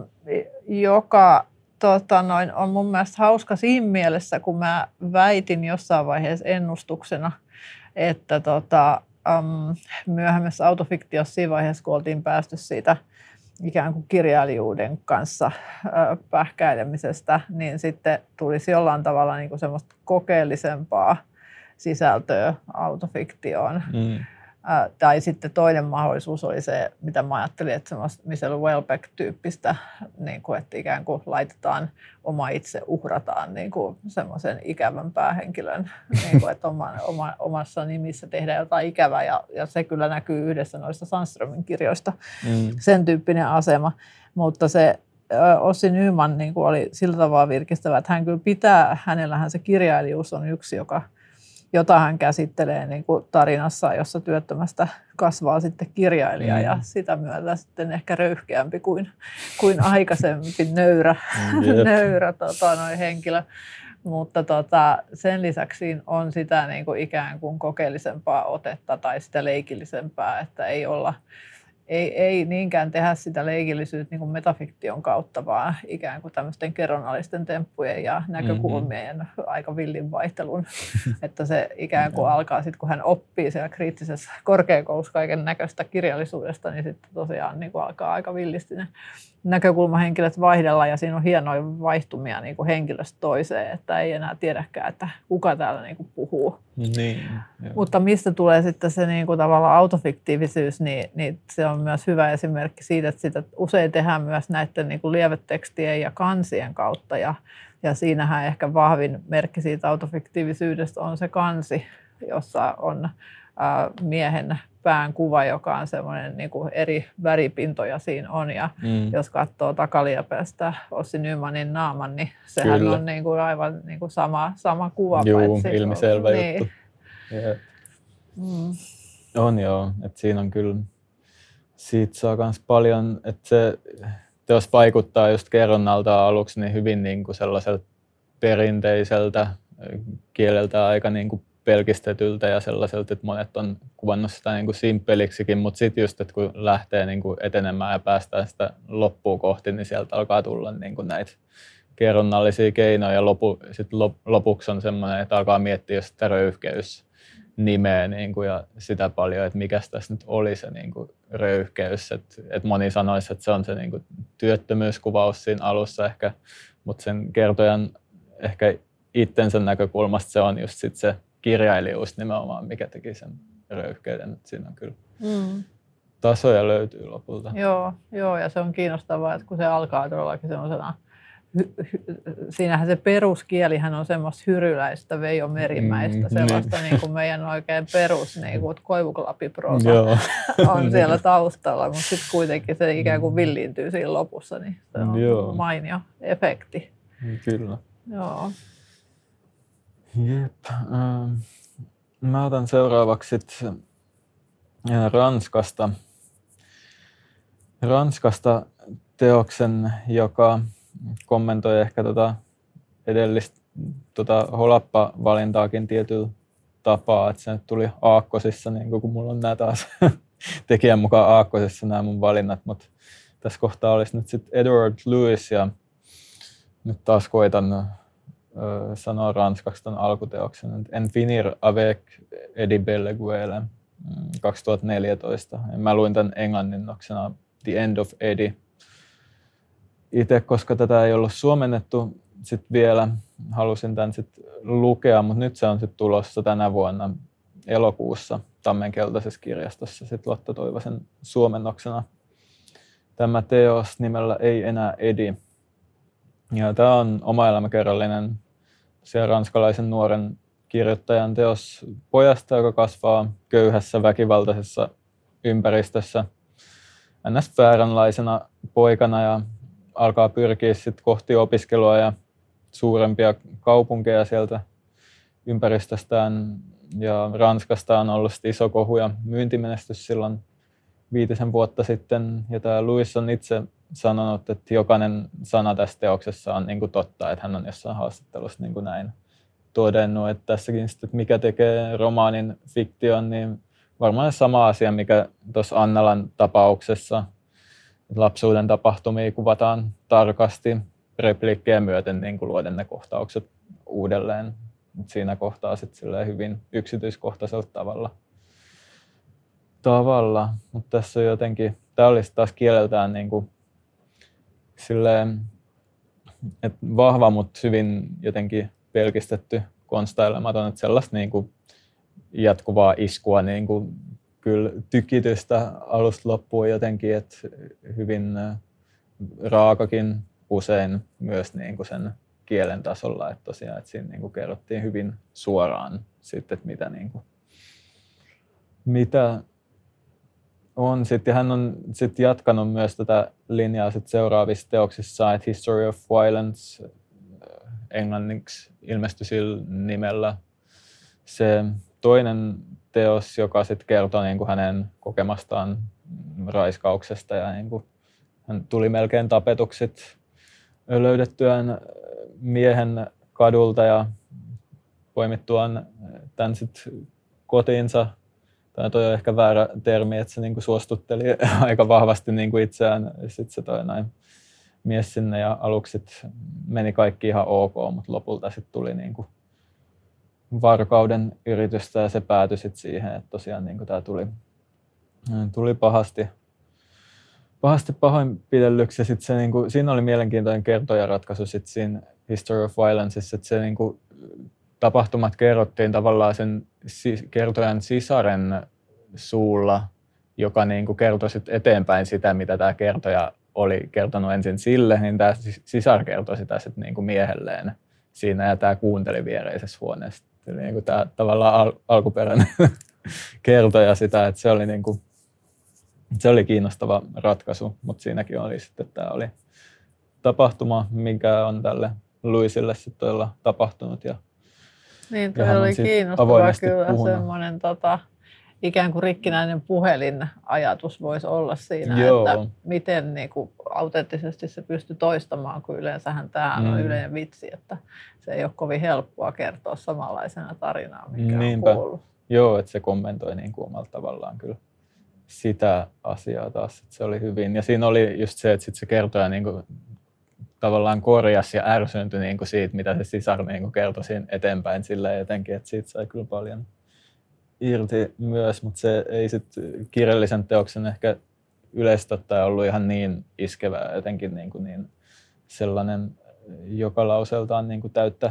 joka tota noin, on mun mielestä hauska siinä mielessä, kun mä väitin jossain vaiheessa ennustuksena, että tota, um, myöhemmässä autofiktiossa siinä vaiheessa, kun oltiin päästy siitä ikään kuin kirjailijuuden kanssa ö, pähkäilemisestä, niin sitten tulisi jollain tavalla niin kuin semmoista kokeellisempaa sisältöä autofiktioon. Mm. Ö, tai sitten toinen mahdollisuus oli se, mitä mä ajattelin, että semmoista Michelle Houellebecq-tyyppistä, niin kuin, että ikään kuin laitetaan oma itse, uhrataan niin kuin semmoisen ikävän päähenkilön, niin kuin, että oma, oma, omassa nimissä tehdään jotain ikävää, ja, ja se kyllä näkyy yhdessä noista Sandströmin kirjoista, mm. sen tyyppinen asema, mutta se Ossi Nyman niin kuin oli sillä tavalla virkistävä, että hän kyllä pitää, hänellähän se kirjailijuus on yksi, joka jota hän käsittelee niin kuin tarinassa, jossa työttömästä kasvaa sitten kirjailija mm. ja sitä myötä sitten ehkä röyhkeämpi kuin, kuin aikaisempi nöyrä, mm, nöyrä tota, noin henkilö. Mutta tota, sen lisäksi on sitä niin kuin ikään kuin kokeellisempaa otetta tai sitä leikillisempää, että ei olla Ei, ei niinkään tehdä sitä leikillisyyttä niin kuin metafiktion kautta, vaan ikään kuin tämmöisten kerronnallisten temppujen ja näkökulmien mm-hmm. aika villin vaihtelun. Että se ikään kuin alkaa sitten, kun hän oppii siellä kriittisessä korkeakoulussa kaiken näköistä kirjallisuudesta, niin sitten tosiaan niin kuin alkaa aika villisti ne näkökulmahenkilöt vaihdella. Ja siinä on hienoja vaihtumia niin kuin henkilöstä toiseen, että ei enää tiedäkään, että kuka täällä niin kuin puhuu. Niin, mutta mistä tulee sitten se niin kuin tavallaan autofiktiivisyys, niin, niin se on myös hyvä esimerkki siitä, että sitä usein tehdään myös näiden niin kuin lievetekstien ja kansien kautta. Ja, ja siinähän ehkä vahvin merkki siitä autofiktiivisyydestä on se kansi, jossa on ää, miehen pään kuva, joka on semmoinen niin kuin eri väripintoja siinä on. Ja mm. jos katsoo takaliepestä Ossi Nymanin naaman, niin sehän Kyllä. on niin kuin aivan niin kuin sama, sama kuva. Juu, ilmiselvä niin. juttu. Yeah. Mm. On joo, että siinä on kyllä, siitä saa myös paljon, että se teos vaikuttaa just kerronnalta aluksi niin hyvin niin kuin sellaiselta perinteiseltä kieleltä aika niin kuin pelkistetyltä ja sellaiselta, että monet on kuvannut sitä niin kuin simppeliksikin, mutta sitten just, että kun lähtee niin kuin etenemään ja päästään sitä loppuun kohti, niin sieltä alkaa tulla niin kuin näitä kerronnallisia keinoja ja lopu, sit lopuksi on semmoinen, että alkaa miettiä just sitä röyhkeysnimeä niin kuin ja sitä paljon, että mikä tässä nyt oli se niin kuin röyhkeys. Että et moni sanoisi, että se on se niin kuin työttömyyskuvaus siinä alussa ehkä, mutta sen kertojan ehkä itsensä näkökulmasta se on just sit se kirjailijuus nimenomaan, mikä teki sen röyhkeyden. Että siinä on kyllä mm. tasoja löytyy lopulta. Joo, joo, ja se on kiinnostavaa, että kun se alkaa todellakin semmoisena, siinähän se peruskielihän on semmoista hyryläistä Veijo Merimäistä, sellaista mm, niin kuin meidän oikein perus niin kuin koivuklapiprosa on siellä taustalla, mutta sitten kuitenkin se ikään kuin villiintyy siinä lopussa, niin se on Joo. mainio efekti. Kyllä. Joo. Jep. Ähm, mä otan seuraavaksi Ranskasta. Ranskasta teoksen, joka kommentoi ehkä tota edellistä tota Holappa-valintaakin tietyllä tapaa, että se nyt tuli aakkosissa, niin kun mulla on nämä taas tekijän mukaan aakkosissa nämä mun valinnat, mutta tässä kohtaa olisi nyt sitten Edward Louis ja nyt taas koitan ö, sanoa ranskaksi ton alkuteoksen, En finir avec Eddie Belleguele kaksituhattaneljätoista. Ja mä luin tämän englanninnoksena The End of Eddie. Itse, koska tätä ei ollut suomennettu sit vielä, halusin tämän sit lukea, mutta nyt se on sit tulossa tänä vuonna elokuussa Tammenkeltaisessa kirjastossa sit Lotta Toivosen suomennoksena. Tämä teos nimellä Ei enää Eddie. Ja tämä on oma-elämäkerrallinen ranskalaisen nuoren kirjoittajan teos pojasta, joka kasvaa köyhässä väkivaltaisessa ympäristössä ns. Vääränlaisena poikana ja alkaa pyrkiä sit kohti opiskelua ja suurempia kaupunkeja sieltä ympäristöstään. Ja Ranskasta on ollut iso kohu ja myyntimenestys silloin viitisen vuotta sitten. Ja tämä Louis on itse sanonut, että jokainen sana tässä teoksessa on niin kuin totta, että hän on jossain haastattelussa niin kuin näin todennut. Että tässäkin sitten, että mikä tekee romaanin fiktion, niin varmaan sama asia, mikä tuossa Annalan tapauksessa. Lapsuuden tapahtumia kuvataan tarkasti repliikkejä myöten niin kuin luoden ne kohtaukset uudelleen. Siinä kohtaa sitten hyvin yksityiskohtaisella tavalla. tavalla. Mutta tässä on jotenkin, tämä olisi taas kieleltään niin kuin silleen, että vahva, mutta hyvin jotenkin pelkistetty, konstailematon, että sellaista niin kuin jatkuvaa iskua, niin kuin kyllä tykitystä alusta loppuun jotenkin, että hyvin raakakin usein myös niin kuin sen kielen tasolla, että tosiaan, että siinä niin kuin kerrottiin hyvin suoraan sitten, että mitä, niin kuin, mitä on. Sitten hän on sitten jatkanut myös tätä linjaa sitten seuraavissa teoksissa, että History of Violence englanniksi ilmestyi sillä nimellä. Se toinen teos, joka sitten kertoo niin kuin hänen kokemastaan raiskauksesta ja niin kuin hän tuli melkein tapetuksi löydettyään miehen kadulta ja poimittuaan tämän sitten kotiinsa. Tai toi on ehkä väärä termi, että se niinku suostutteli aika vahvasti niinku itseään. Sitten se toi näin mies sinne ja aluksi sit meni kaikki ihan ok, mutta lopulta sitten tuli niinku varkauden yritystä ja se päätyi sit siihen, että tosiaan niinku tää tuli, tuli pahasti, pahasti pahoinpidellyksi. Ja sit se niinku, siinä oli mielenkiintoinen kertojaratkaisu sit siinä History of Violenceissa, että se niinku tapahtumat kerrottiin tavallaan sen kertojan sisaren suulla, joka niin kuin kertoi sit eteenpäin sitä, mitä tämä kertoja oli kertonut ensin sille, niin tämä sisar kertoi sitä sit niin kuin miehelleen siinä ja tämä kuunteli viereisessä huoneessa. Eli niin kuin tämä tavallaan al- alkuperäinen kertoja sitä, että se oli, niin kuin, se oli kiinnostava ratkaisu, mutta siinäkin oli sitten, että tämä oli tapahtuma, mikä on tälle Louisille sitten todella tapahtunut. Ja, niin, toi oli kiinnostava kyllä puhunut. Semmoinen tota, ikään kuin rikkinäinen puhelin-ajatus voisi olla siinä, Joo. että miten niin kuin, autenttisesti se pystyy toistamaan, kun yleensähän tämä mm. on yleinen vitsi, että se ei ole kovin helppoa kertoa samanlaisena tarinaa, mikä Niinpä. on kuullut. Joo, että se kommentoi niin kuin omalla tavallaan kyllä sitä asiaa taas, että se oli hyvin. Ja siinä oli just se, että sit se kertoja niin kuin tavallaan korjasi ja ärsyyntyi niin kuin siitä, mitä se sisar niin kuin kertoi siinä eteenpäin silleen jotenkin, että siitä sai kyllä paljon irti myös, mutta se ei sitten kirjallisen teoksen ehkä yleisesti ottaen ollut ihan niin iskevää, jotenkin niin, kuin niin sellainen joka lauseeltaan niin kuin täyttä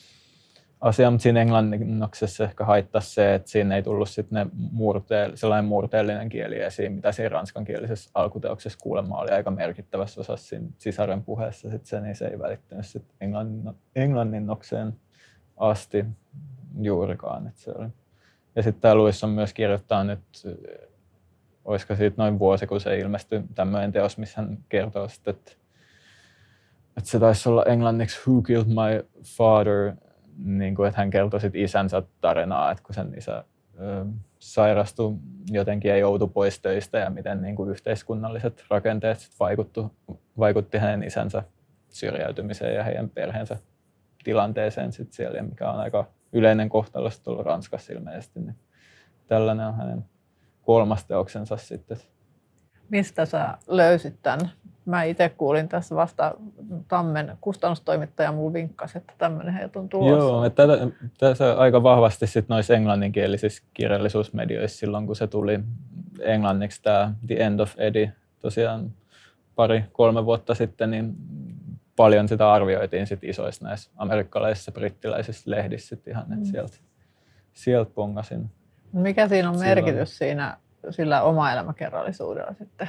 asiaa, mutta siinä englanninnoksessa ehkä haittasi se, että siinä ei tullut sit ne murteel, sellainen murteellinen kieli esiin, mitä siinä ranskankielisessä alkuteoksessa kuulemma oli aika merkittävässä osassa siinä sisaren puheessa, sit se, niin se ei välittynyt sit englannin, englanninnokseen asti juurikaan. Et se oli. Ja sitten tämä Louis on myös kirjoittanut nyt, olisiko siitä noin vuosi, kun se ilmestyi tämmöinen teos, missä hän kertoo sitten, että, että se taisi olla englanniksi Who Killed My Father, niin kuin, että hän kertoi sit isänsä tarinaa, että kun sen isä ö, sairastui jotenkin ja joutui pois töistä ja miten niin kuin yhteiskunnalliset rakenteet sit vaikuttu, vaikutti hänen isänsä syrjäytymiseen ja heidän perheensä tilanteeseen sit siellä, mikä on aika yleinen kohtalo tuolla Ranskassa ilmeisesti. Niin tällainen on hänen kolmas teoksensa sitten. Mistä sä löysit tämän? Mä itse kuulin tässä vasta Tammen kustannustoimittaja mulle vinkkasi, että tämmöinen heiltä on tulossa. Joo, että tässä aika vahvasti sit noissa englanninkielisissä kirjallisuusmedioissa silloin, kun se tuli englanniksi tämä The End of Eddie tosiaan pari, kolme vuotta sitten, niin paljon sitä arvioitiin sit isoissa näissä amerikkalaisissa, brittiläisissä lehdissä sit ihan, että sieltä, sieltä pongasin. Mikä siinä on merkitys siinä sillä oma-elämäkerrallisuudella sitten?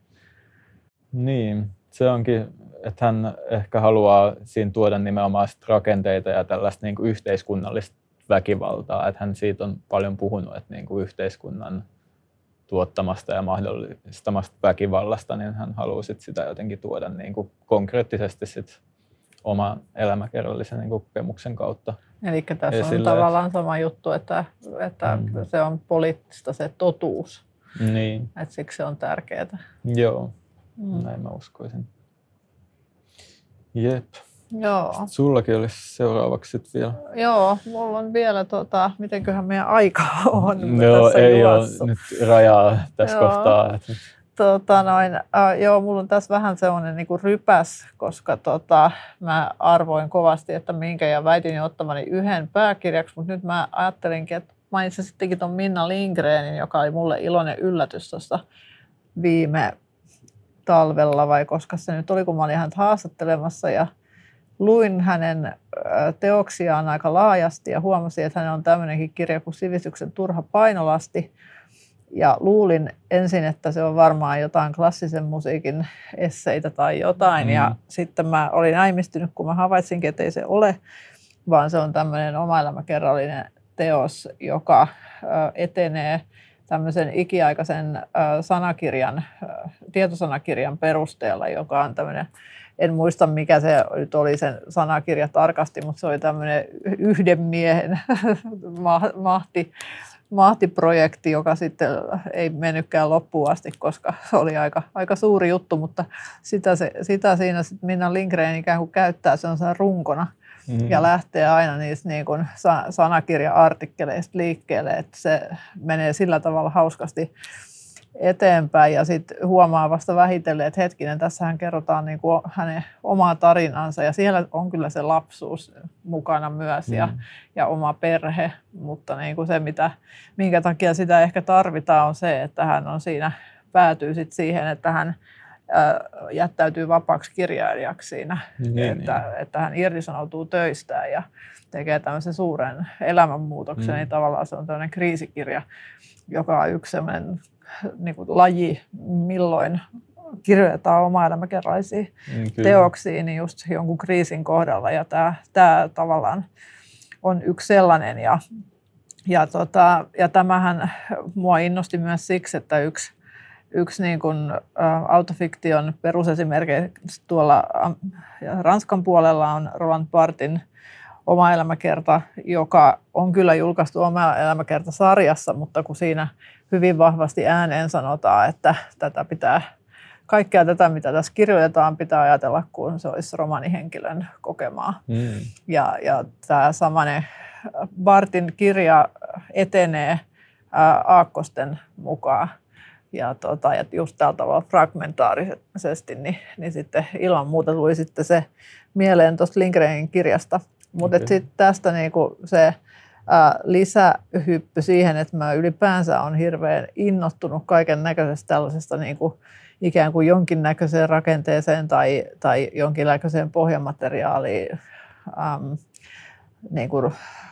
Niin, se onkin, että hän ehkä haluaa siinä tuoda nimenomaan rakenteita ja tällaista niin kuin yhteiskunnallista väkivaltaa, että hän siitä on paljon puhunut, että niin kuin yhteiskunnan tuottamasta ja mahdollistamasta väkivallasta, niin hän haluaa sit sitä jotenkin tuoda niin kuin konkreettisesti sit oman elämäkerrallisen niin kuin kokemuksen kautta. Eli tässä esille. On tavallaan sama juttu, että, että mm. se on poliittista se totuus, niin. Että siksi se on tärkeää. Joo, mm. näin mä uskoisin. Jep. Joo. Sullakin olisi seuraavaksi sit vielä. Joo, mulla on vielä, tota, mitenköhän meidän aika on no, tässä ei juossu. ole nyt rajaa tässä joo. kohtaa. Tota noin, äh, joo, mulla on tässä vähän sellainen niin kuin rypäs, koska tota, mä arvoin kovasti, että minkä ja väitin jo ottamani yhden pääkirjaksi, mutta nyt mä ajattelinkin, että mainitsin sittenkin ton Minna Lindgrenin, joka oli mulle iloinen yllätys tuossa viime talvella, vai koska se nyt oli, kun mä olin häntä haastattelemassa ja luin hänen teoksiaan aika laajasti ja huomasin, että hänellä on tämmöinenkin kirja kuin Sivistyksen turha painolasti. Ja luulin ensin, että se on varmaan jotain klassisen musiikin esseitä tai jotain. Mm. Ja sitten mä olin äimistynyt, kun mä havaitsinkin, että ei se ole, vaan se on tämmöinen oma-elämäkerrallinen teos, joka etenee tämmöisen ikiaikaisen sanakirjan, tietosanakirjan perusteella, joka on tämmöinen, en muista mikä se nyt oli sen sanakirja tarkasti, mutta se oli tämmöinen yhden miehen mahti, mahtiprojekti, joka sitten ei mennytkään loppuun asti, koska se oli aika, aika suuri juttu, mutta sitä, se, sitä siinä sitten Minna Lindgren ikään kuin käyttää sellaisena runkona mm-hmm. ja lähtee aina niistä niin kuin sanakirja-artikkeleista liikkeelle, että se menee sillä tavalla hauskasti eteenpäin ja sitten huomaa vasta vähitellen, että hetkinen, tässähän kerrotaan niin kuin hänen omaa tarinansa ja siellä on kyllä se lapsuus mukana myös ja, mm. ja oma perhe, mutta niin kuin se, mitä, minkä takia sitä ehkä tarvitaan, on se, että hän on siinä, päätyy sit siihen, että hän ää, jättäytyy vapaaksi kirjailijaksi siinä, niin, että, niin. että hän irtisanoutuu töistään ja tekee tämmöisen suuren elämänmuutoksen, mm. niin tavallaan se on tämmöinen kriisikirja, joka on yksi sellainen niin kuin laji, milloin kirjoitetaan oma-elämäkerrallisia mm, teoksia, niin just jonkun kriisin kohdalla. Ja tämä, tämä tavallaan on yksi sellainen. Ja Ja, tota, ja tämähän mua innosti myös siksi, että yksi, yksi niin kuin, ä, autofiktion perusesimerkiksi tuolla ä, Ranskan puolella on Roland Barthin Oma elämäkerta, joka on kyllä julkaistu Oma elämäkerta-sarjassa, mutta kun siinä hyvin vahvasti ääneen sanotaan, että tätä pitää, kaikkea tätä, mitä tässä kirjoitetaan, pitää ajatella, kun se olisi romaanihenkilön kokemaa. Mm. Ja, ja tämä samainen Barthin kirja etenee ää, aakkosten mukaan. Ja, tota, ja just tällä tavalla fragmentaarisesti, niin, niin sitten ilman muuta tuli sitten se mieleen tuosta Lindgrenin kirjasta. Mutta okay. Sitten tästä niinku se ää, lisähyppy siihen, että mä ylipäänsä olen hirveän innottunut kaiken näköisestä tällaisesta niinku, ikään kuin jonkinnäköiseen rakenteeseen tai, tai jonkinnäköiseen pohjamateriaaliin äm, niinku,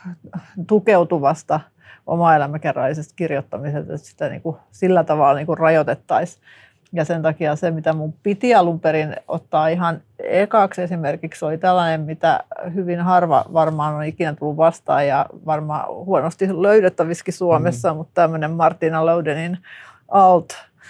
tukeutuvasta oma-elämäkerrallisesta kirjoittamisesta, että sitä niinku, sillä tavalla niinku, rajoitettaisiin. Ja sen takia se, mitä mun piti alun perin ottaa ihan ekaksi esimerkiksi, oli tällainen, mitä hyvin harva varmaan on ikinä tullut vastaan ja varmaan huonosti löydettävissäkin Suomessa, mm-hmm. mutta tämmöinen Martina Lowdenin Alt.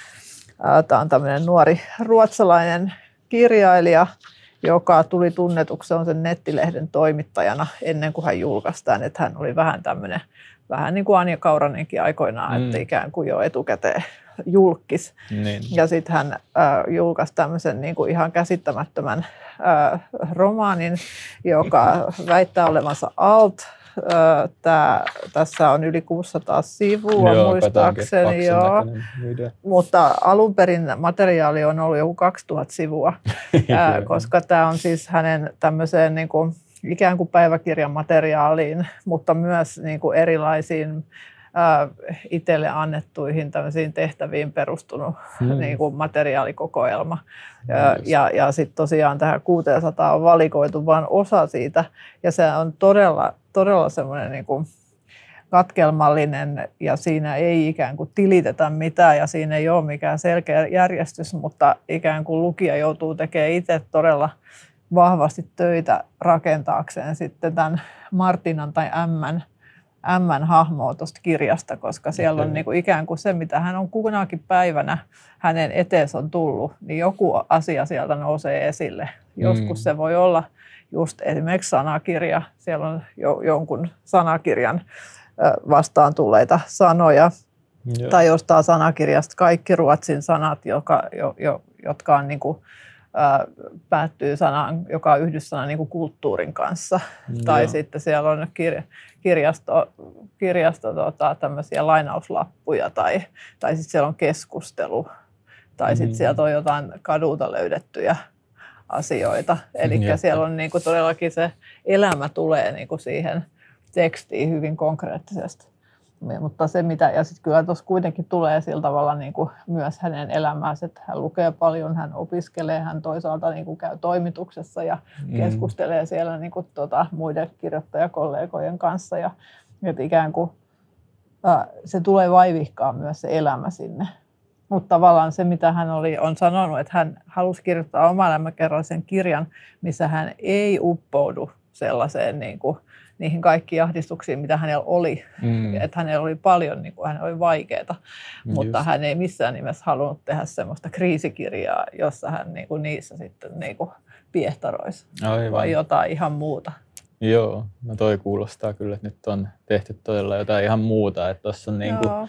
Tämä on tämmöinen nuori ruotsalainen kirjailija, joka tuli tunnetuksi, se on sen nettilehden toimittajana ennen kuin hän julkaistaan, että hän oli vähän tämmöinen, vähän niin kuin Anja Kauranenkin aikoinaan, mm. että ikään kuin jo etukäteen julkis. Niin. Ja sitten hän äh, julkaisi tämmöisen niin kuin ihan käsittämättömän äh, romaanin, joka väittää olevansa alt. Äh, tää, tässä on yli kuusisataa sivua joo, muistaakseni, joo. Mutta alun perin materiaali on ollut joku kaksituhatta sivua, äh, koska tämä on siis hänen tämmöiseen niin kuin, ikään kuin päiväkirjan materiaaliin, mutta myös niin kuin erilaisiin äh, itselle annettuihin tämmöisiin tehtäviin perustunut hmm. niin kuin materiaalikokoelma. Ja, ja, ja sitten tosiaan tähän kuusisataa on valikoitu vain osa siitä, ja se on todella, todella semmoinen niin kuin katkelmallinen, ja siinä ei ikään kuin tilitetä mitään, ja siinä ei ole mikään selkeä järjestys, mutta ikään kuin lukija joutuu tekemään itse todella vahvasti töitä rakentaakseen sitten tämän Martinan tai Ämmän, Ämmän hahmoa tuosta kirjasta, koska siellä on niin kuin ikään kuin se, mitä hän on kunakin päivänä hänen eteensä on tullut, niin joku asia sieltä nousee esille. Joskus mm. se voi olla just esimerkiksi sanakirja, siellä on jo, jonkun sanakirjan vastaan tulleita sanoja, Joo. tai jostain sanakirjasta kaikki ruotsin sanat, joka, jo, jo, jotka on niin kuin päättyy sanaan, joka on yhdyssana niin kuin kulttuurin kanssa. Joo. Tai sitten siellä on kirja, kirjasto, kirjasto tota, tämmöisiä lainauslappuja tai, tai sitten siellä on keskustelu. Tai sitten mm. sieltä on jotain kadulta löydettyjä asioita. Eli siellä on niin kuin todellakin se elämä tulee niin kuin siihen tekstiin hyvin konkreettisesti. Mutta se mitä, ja sitten kyllä tuossa kuitenkin tulee sillä tavalla niin kuin myös hänen elämäänsä, että hän lukee paljon, hän opiskelee, hän toisaalta niin kuin käy toimituksessa ja mm. keskustelee siellä niin kuin, tota, muiden kirjoittajakollegojen kanssa. Ja, että ikään kuin äh, se tulee vaivihkaa myös se elämä sinne. Mutta tavallaan se, mitä hän oli, on sanonut, että hän halusi kirjoittaa oma-elämäkerrallisen kirjan, missä hän ei uppoudu sellaiseen niin kuin, niihin kaikkiin ahdistuksiin, mitä hänellä oli. Mm. Että hänellä oli paljon, niin kuin, hänellä oli vaikeaa, mutta Just. hän ei missään nimessä halunnut tehdä semmoista kriisikirjaa, jossa hän niin kuin, niissä sitten niin kuin, piehtaroisi, Aivan. vai jotain ihan muuta. Joo, no toi kuulostaa kyllä, että nyt on tehty todella jotain ihan muuta, että tuossa on niin kuin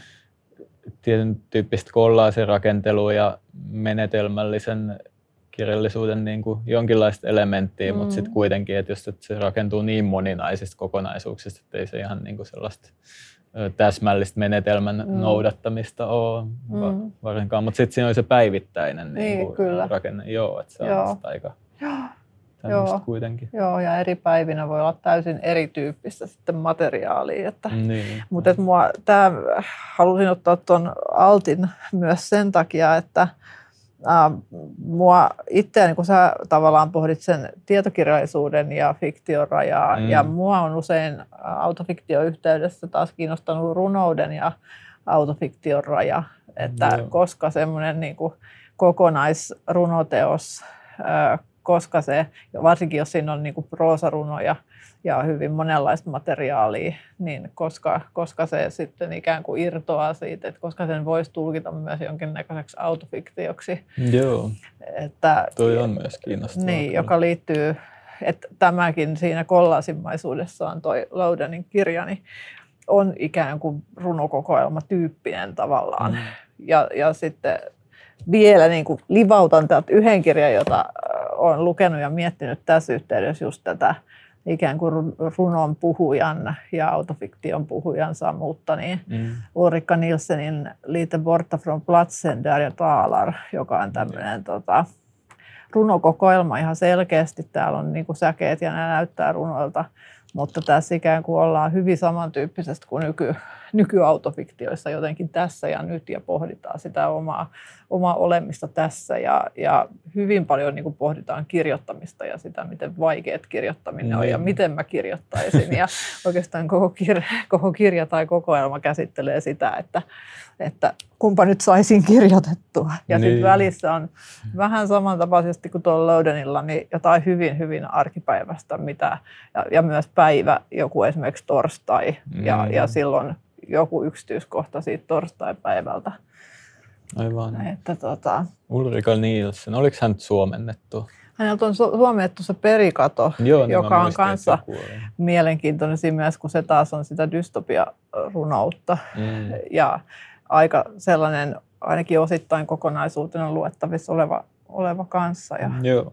tietyn tyyppistä kollaasirakentelua ja menetelmällisen kirjallisuuden niin kuin jonkinlaista elementtiä, mm. mutta sitten kuitenkin, että jos että se rakentuu niin moninaisista kokonaisuuksista, että ei se ihan niin kuin sellaista täsmällistä menetelmän mm. noudattamista ole mm. varsinkaan. Mutta sitten siinä oli se päivittäinen niin, niin kuin rakenne. Joo, että se on aika tämmöistä kuitenkin. Joo, ja eri päivinä voi olla täysin erityyppistä sitten materiaalia. Että, niin. Mutta että mua, tää, halusin ottaa tuon Altin myös sen takia, että Uh, mua itseäni, kun sä tavallaan pohdit sen tietokirjallisuuden ja fiktion rajaa, mm. ja mua on usein autofiktioyhteydessä taas kiinnostanut runouden ja autofiktion raja, että mm. koska semmoinen niin kuin kokonaisrunoteos uh, koska se, varsinkin jos siinä on niin kuin proosarunoja ja hyvin monenlaista materiaalia, niin koska, koska se sitten ikään kuin irtoaa siitä, että koska sen voisi tulkita myös jonkinnäköiseksi autofiktioksi. Joo, että, toi on myös kiinnostavaa. Niin, joka liittyy, että tämäkin siinä kollaasimaisuudessaan toi Loudenin kirja, niin on ikään kuin runokokoelmatyyppinen tavallaan. Mm. Ja, ja sitten vielä niin kuin livautan täältä yhden kirjan, jota olen lukenut ja miettinyt tässä yhteydessä just tätä ikään kuin runon puhujan ja autofiktion puhujan samuutta, niin mm. Ulrika Nielsenin Lite borta från platsen där jag talar, joka on tämmöinen mm. tota, runokokoelma ihan selkeästi. Täällä on niin kuin säkeet ja ne näyttää runoilta, mutta tässä ikään kuin ollaan hyvin samantyyppisesti kuin nyky, nykyautofiktioissa jotenkin tässä ja nyt ja pohditaan sitä omaa, omaa olemista tässä ja, ja hyvin paljon niin kuin pohditaan kirjoittamista ja sitä, miten vaikeat kirjoittaminen mm. on ja miten mä kirjoittaisin ja oikeastaan koko kirja, koko kirja tai kokoelma käsittelee sitä, että, että kumpa nyt saisin kirjoitettua ja niin. Sitten välissä on vähän samantapaisesti kuin tuolla Loudenilla niin jotain hyvin hyvin arkipäivästä mitä, ja, ja myös päivä, joku esimerkiksi torstai mm. ja, ja silloin joku yksityiskohta siitä torstai-päivältä. Aivan. Että, tota, Ulrika Nielsen, oliko hän suomennettu? Häneltä on suomennettu se Perikato, Joo, joka on kanssa mielenkiintoinen siinä mielessä, kun se taas on sitä dystopia-runoutta. Mm. Ja aika sellainen, ainakin osittain kokonaisuutena luettavissa oleva, oleva kanssa. Ja, Joo.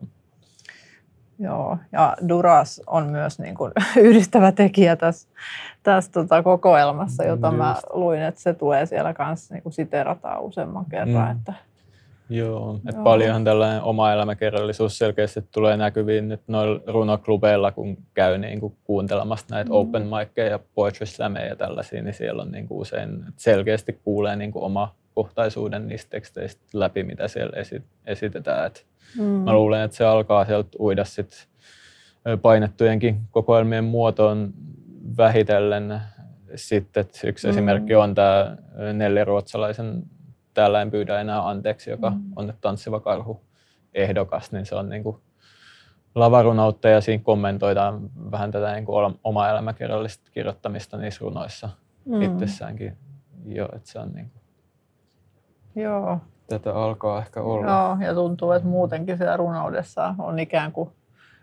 Joo, ja Duras on myös niin kuin yhdistävä tekijä tässä, tässä tota kokoelmassa, jota Just. mä luin, että se tulee siellä kanssa niin kuin siteerataan useamman kerran. Mm. Että, Joo, että Joo. paljonhan tällainen oma elämäkerrallisuus selkeästi tulee näkyviin nyt noilla runoklubeilla, kun käy niin kuin kuuntelemassa näitä mm. open mic'eja ja poetry slameja ja tällaisia, niin siellä on niin kuin usein selkeästi kuulee niin kuin oma kohtaisuuden niistä teksteistä läpi, mitä siellä esitetään. Et mm. Mä luulen, että se alkaa sieltä uida sit painettujenkin kokoelmien muotoon vähitellen. Sitten yksi mm. esimerkki on tämä Nelli Ruotsalaisen Täällä en pyydä enää anteeksi, joka mm. on nyt Tanssiva karhu ehdokas, niin se on niin kuin lavarunoutta ja siinä kommentoidaan vähän tätä niin kuin omaa elämäkerrallista kirjoittamista niissä runoissa mm. itsessäänkin. Jo, että se on niin kuin Joo. Tätä alkaa ehkä olla. Joo, ja tuntuu, että muutenkin siellä runoudessa on ikään kuin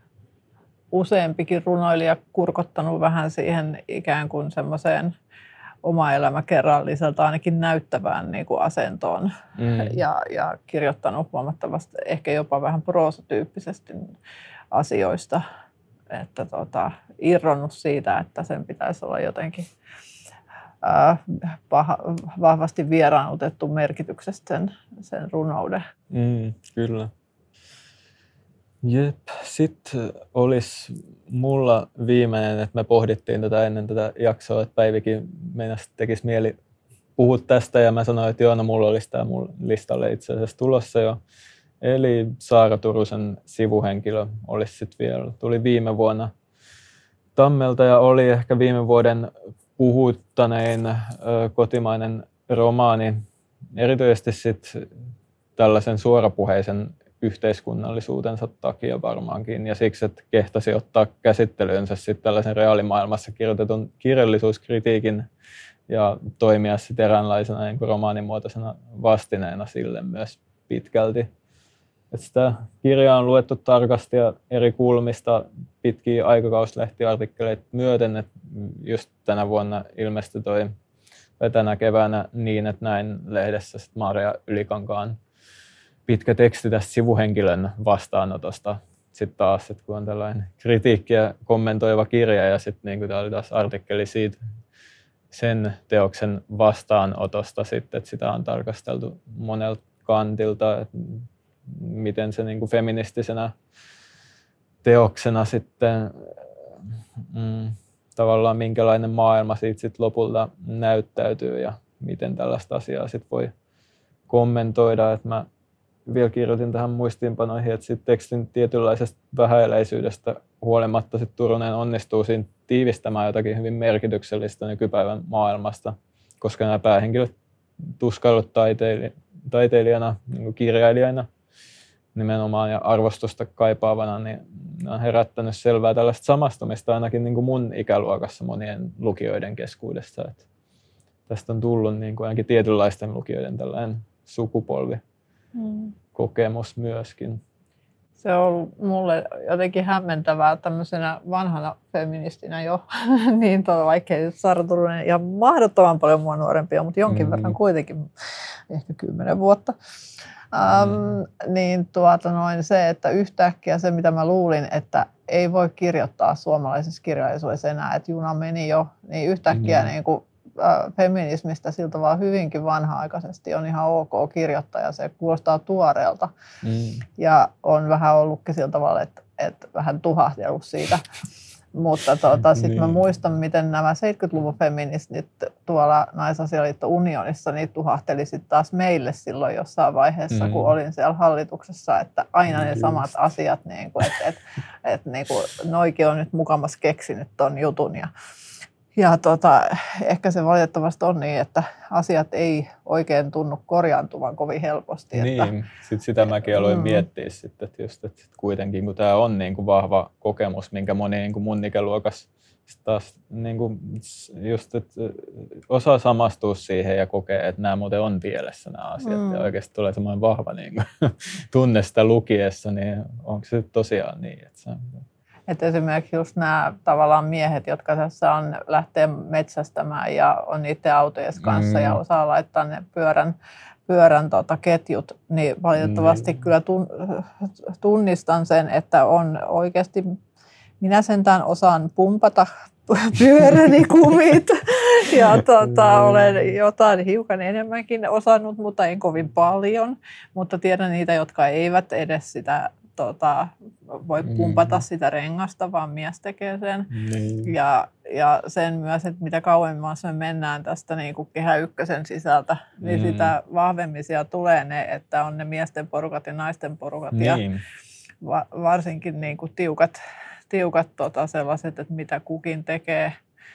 useampikin runoilija kurkottanut vähän siihen ikään kuin semmoiseen oma elämäkerralliselta ainakin näyttävään niin kuin asentoon mm. ja, ja kirjoittanut huomattavasti ehkä jopa vähän proosatyyppisesti asioista, että tota, irronnut siitä, että sen pitäisi olla jotenkin ää, paha, vahvasti vieraannutettu merkityksestä sen, sen runouden. Mm, kyllä. Jep. Sitten olisi mulla viimeinen, että me pohdittiin tätä ennen tätä jaksoa, että Päivikin meinasi tekisi mieli puhua tästä ja mä sanoin, että joo, no mulla olisi tämä mun listalle itse asiassa tulossa jo. Eli Saara Turusen sivuhenkilö olisi sitten vielä, tuli viime vuonna Tammelta ja oli ehkä viime vuoden puhuttanein ö, kotimainen romaani, erityisesti sitten tällaisen suorapuheisen yhteiskunnallisuutensa takia varmaankin, ja siksi, että kehtasi ottaa käsittelyynsä sitten tällaisen reaalimaailmassa kirjoitetun kirjallisuuskritiikin ja toimia sitten eräänlaisena niin kuin romaanimuotoisena vastineena sille myös pitkälti. Et sitä kirjaa on luettu tarkasti ja eri kulmista pitkiä aikakauslehtiartikkeleita myöten, että just tänä vuonna ilmestyi toi, tai tänä keväänä Niin, että näin lehdessä sit Maria Ylikankaan pitkä teksti tästä sivuhenkilön vastaanotosta. Sitten taas, että kun on tällainen kritiikkiä kommentoiva kirja ja sitten niin tämä oli taas artikkeli siitä sen teoksen vastaanotosta sitten, että sitä on tarkasteltu monelta kantilta, että miten se niin kuin feministisenä teoksena sitten mm, tavallaan minkälainen maailma siitä sitten lopulta näyttäytyy ja miten tällaista asiaa sitten voi kommentoida. Että mä vielä kirjoitin tähän muistiinpanoihin, että sit tekstin tietynlaisesta vähäileisyydestä huolimatta sit Turunen onnistuu siinä tiivistämään jotakin hyvin merkityksellistä nykypäivän maailmasta, koska nämä päähenkilöt tuskailut taiteili- taiteilijana, niin kuin kirjailijana, nimenomaan ja arvostusta kaipaavana, niin ne on herättänyt selvää tällaista samastumista ainakin niin kuin mun ikäluokassa monien lukijoiden keskuudessa. Että tästä on tullut niin kuin ainakin tietynlaisten lukijoiden tällainen sukupolvikokemus myöskin. Se on ollut mulle jotenkin hämmentävää tämmöisenä vanhana feministinä jo, niin tuo vaikea Saara Turunen ja mahdottoman paljon mua nuorempia, mutta jonkin mm. verran kuitenkin, ehkä kymmenen vuotta. Ähm, mm. Niin tuota noin se, että yhtäkkiä se mitä mä luulin, että ei voi kirjoittaa suomalaisessa kirjallisuudessa enää, että juna meni jo, niin yhtäkkiä mm. niin kuin, äh, feminismistä siltä vaan hyvinkin vanha-aikaisesti on ihan ok kirjoittaa ja se kuulostaa tuoreelta. Mm. Ja on vähän ollutkin sillä tavalla, että, että vähän tuhahdellut siitä. Mutta tuota, sitten niin. Mä muistan, miten nämä seitsemänkymmentäluvun feministit tuolla Naisasialiitto Unionissa niin tuhahteli sitten taas meille silloin jossain vaiheessa, mm. kun olin siellä hallituksessa, että aina ne samat asiat, niin kuin, että et, et, niin kuin, noikin on nyt mukamas keksinyt ton jutun. Ja, ja tuota, ehkä se valitettavasti on niin, että asiat ei oikein tunnu korjaantuvan kovin helposti. Niin, että, sit sitä mäkin aloin mm. miettiä sitten, että, just, että kuitenkin kun tämä on niin kuin vahva kokemus, minkä moni niin kuin mun ikäluokas taas niin kuin just, että osaa samastua siihen ja kokee, että nämä muuten on pielessä nämä asiat mm. ja oikeasti tulee semmoinen vahva niin kuin, tunne sitä lukiessa, niin onko se tosiaan niin, että se Että esimerkiksi just nämä tavallaan miehet, jotka tässä on lähtee metsästämään ja on niiden autojen kanssa mm. ja osaa laittaa ne pyörän, pyörän tota, ketjut, niin valitettavasti mm. kyllä tunnistan sen, että on oikeasti, minä sentään osaan pumpata pyöräni kumit ja tota, olen jotain hiukan enemmänkin osannut, mutta en kovin paljon, mutta tiedän niitä, jotka eivät edes sitä Tota, voi pumpata sitä rengasta, vaan mies tekee sen. Niin. Ja, ja sen myös, että mitä kauemmas me mennään tästä niin kuin Kehä Ykkösen sisältä, niin mm. sitä vahvemmin siellä tulee ne, että on ne miesten porukat ja naisten porukat. Niin. Ja va, varsinkin niin kuin tiukat, tiukat tota, sellaiset, että mitä kukin tekee.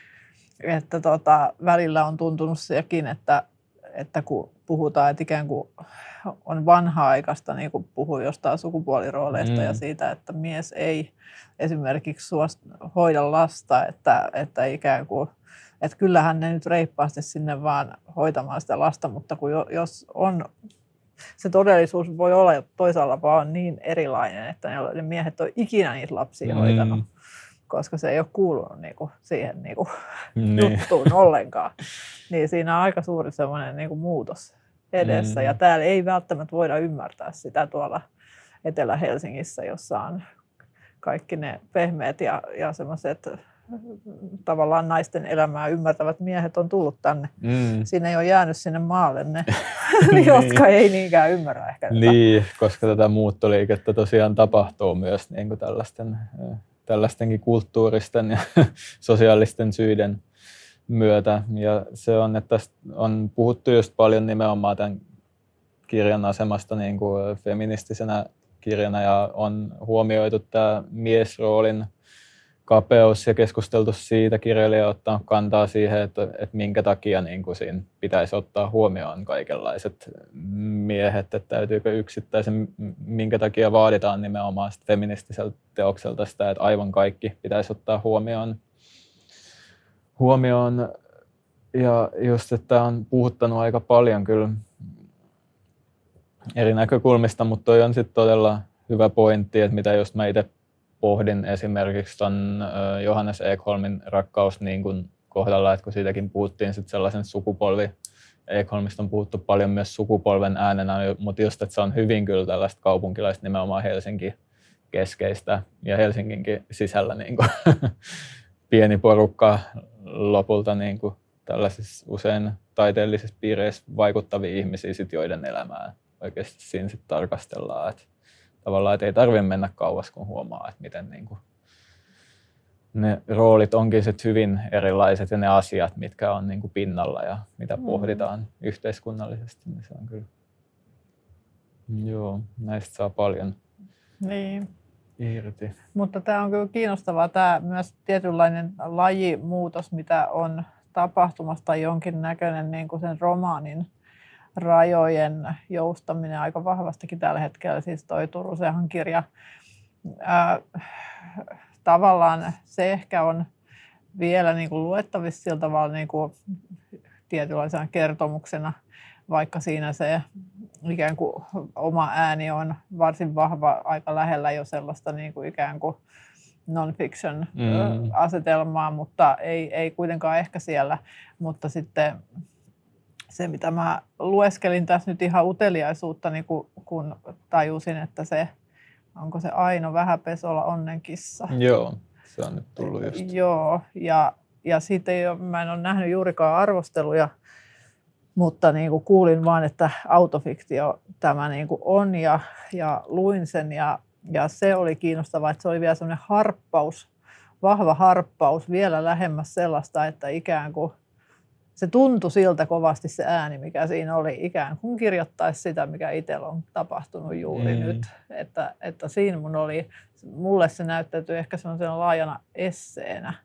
Että tota, välillä on tuntunut sekin, että, että kun puhutaan, että ikään kuin on vanha-aikaista niin kuin puhua jostain sukupuolirooleista mm. ja siitä, että mies ei esimerkiksi suost, hoida lasta, että, että ikään kuin, että kyllähän ne nyt reippaasti sinne vaan hoitamaan sitä lasta, mutta kun jos on, se todellisuus voi olla toisaalla vaan niin erilainen, että ne miehet on ikinä niitä lapsia mm. hoitanut, koska se ei ole kuulunut niin kuin siihen niin kuin niin. juttuun ollenkaan. Niin siinä on aika suuri semmoinen niin kuin muutos edessä. Mm. Ja täällä ei välttämättä voida ymmärtää sitä tuolla Etelä-Helsingissä, jossa on kaikki ne pehmeät ja, ja semmoiset tavallaan naisten elämää ymmärtävät miehet on tullut tänne. Mm. Siinä ei ole jäänyt sinne maalle ne, niin. jotka ei niinkään ymmärrä ehkä. Niin, koska tätä muuttoliikettä tosiaan tapahtuu myös niin kuin tällaisten, tällaistenkin kulttuuristen ja sosiaalisten syiden myötä. Ja se on, että tästä on puhuttu just paljon nimenomaan tämän kirjan asemasta niin kuin feministisenä kirjana ja on huomioitu tämä miesroolin kapeus ja keskusteltu siitä, kirjailija ottaa kantaa siihen, että, että minkä takia niin kuin siinä pitäisi ottaa huomioon kaikenlaiset miehet, että täytyykö yksittäisen, minkä takia vaaditaan nimenomaan feministiseltä teokselta sitä, että aivan kaikki pitäisi ottaa huomioon. huomioon. Ja just, että tämä on puhuttanut aika paljon kyllä eri näkökulmista, mutta toi on sitten todella hyvä pointti, että mitä just mä itse pohdin esimerkiksi ton Johannes Ekholmin Rakkaus niin kuin kohdalla, että kun siitäkin puhuttiin sitten sellaisen sukupolvi, Ekholmista on puhuttu paljon myös sukupolven äänenä, mutta just, että se on hyvin kyllä tällaista kaupunkilaista nimenomaan Helsinki keskeistä ja Helsinginkin sisällä niin kuin pieni porukka lopulta niin kuin tällaisissa usein taiteellisissa piireissä vaikuttavia ihmisiä, sit, joiden elämää oikeasti siinä sit tarkastellaan. Et tavallaan et ei tarvitse mennä kauas, kun huomaa, että miten niin kuin ne roolit onkin sit hyvin erilaiset ja ne asiat, mitkä on niin kuin pinnalla ja mitä mm. pohditaan yhteiskunnallisesti. Niin se on kyllä, joo, näistä saa paljon niin irti. Mutta tämä on kyllä kiinnostavaa, tämä myös tietynlainen lajimuutos, mitä on tapahtumassa tai jonkin näköinen niin kuin sen romaanin rajojen joustaminen aika vahvastikin tällä hetkellä, siis toi Turusenhan kirja. Ää, tavallaan se ehkä on vielä niin kuin luettavissa sillä tavalla niin kuin tietynlaisena kertomuksena, vaikka siinä se ikään kuin oma ääni on varsin vahva, aika lähellä jo sellaista niin kuin ikään kuin non-fiction mm. asetelmaa, mutta ei, ei kuitenkaan ehkä siellä. Mutta sitten se, mitä mä lueskelin tässä nyt ihan uteliaisuutta, niin kun, kun tajusin, että se, onko se Aino Vähäpesola Onnenkissa. Joo, se on nyt tullut just. Joo, ja, ja siitä ei ole, mä en ole nähnyt juurikaan arvosteluja, mutta niin kuin kuulin vaan, että autofiktio tämä niin kuin on ja, ja luin sen ja, ja se oli kiinnostavaa, että se oli vielä semmoinen harppaus, vahva harppaus vielä lähemmäs sellaista, että ikään kuin se tuntui siltä kovasti se ääni, mikä siinä oli, ikään kuin kirjoittaisi sitä, mikä itsellä on tapahtunut juuri mm. nyt. Että, että siinä mun oli, mulle se näyttäytyi ehkä semmoisena laajana esseenä.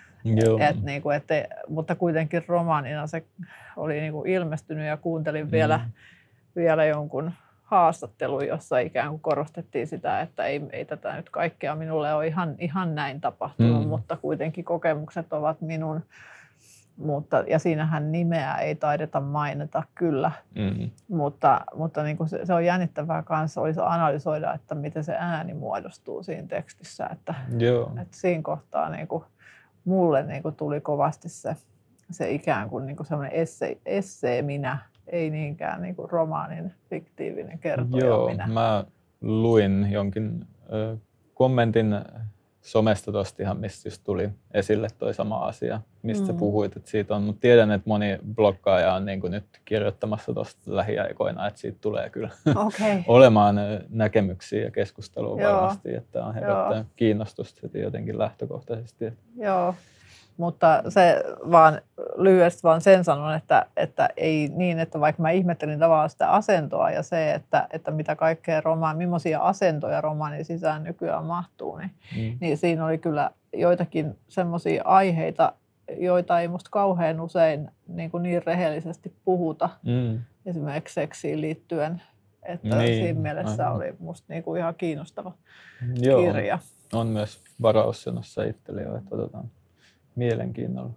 Et niinku, et, mutta kuitenkin romaanina se oli niinku ilmestynyt ja kuuntelin vielä, mm. vielä jonkun haastattelun, jossa ikään kuin korostettiin sitä, että ei, ei tätä nyt kaikkea minulle ole ihan, ihan näin tapahtunut, mm. mutta kuitenkin kokemukset ovat minun. Mutta, ja siinähän nimeä ei taideta mainita kyllä, mm. mutta, mutta niin kuin se, se on jännittävää kanssa olisi analysoida, että miten se ääni muodostuu siinä tekstissä. Että, että siinä kohtaa niin kuin, mulle niin kuin tuli kovasti se, se ikään kuin, niin kuin sellainen esse, essee minä, ei niinkään niin kuin romaanin fiktiivinen kertoja Joo, minä. Mä luin jonkin ö, kommentin somesta tosta ihan, mistä just tuli esille toi sama asia, mistä mm. sä puhuit, että siitä on, mutta tiedän, että moni bloggaaja on niin kuin nyt kirjoittamassa tuosta lähiaikoina, että siitä tulee kyllä okay. olemaan näkemyksiä ja keskustelua Joo. varmasti, että on herättää kiinnostusta heti jotenkin lähtökohtaisesti. Joo, mutta se vaan lyhyesti vaan sen sanon, että, että ei niin, että vaikka mä ihmettelin tavallaan sitä asentoa ja se, että, että mitä kaikkea romaan, millaisia asentoja romaanin sisään nykyään mahtuu, niin, mm. niin siinä oli kyllä joitakin semmoisia aiheita, joita ei musta kauhean usein niin, kuin niin rehellisesti puhuta, mm. esimerkiksi seksiin liittyen, että niin, siinä mielessä aivan. Oli musta niin kuin ihan kiinnostava Joo, kirja. On myös varausjonossa itselle jo, että otetaan mielenkiinnolla.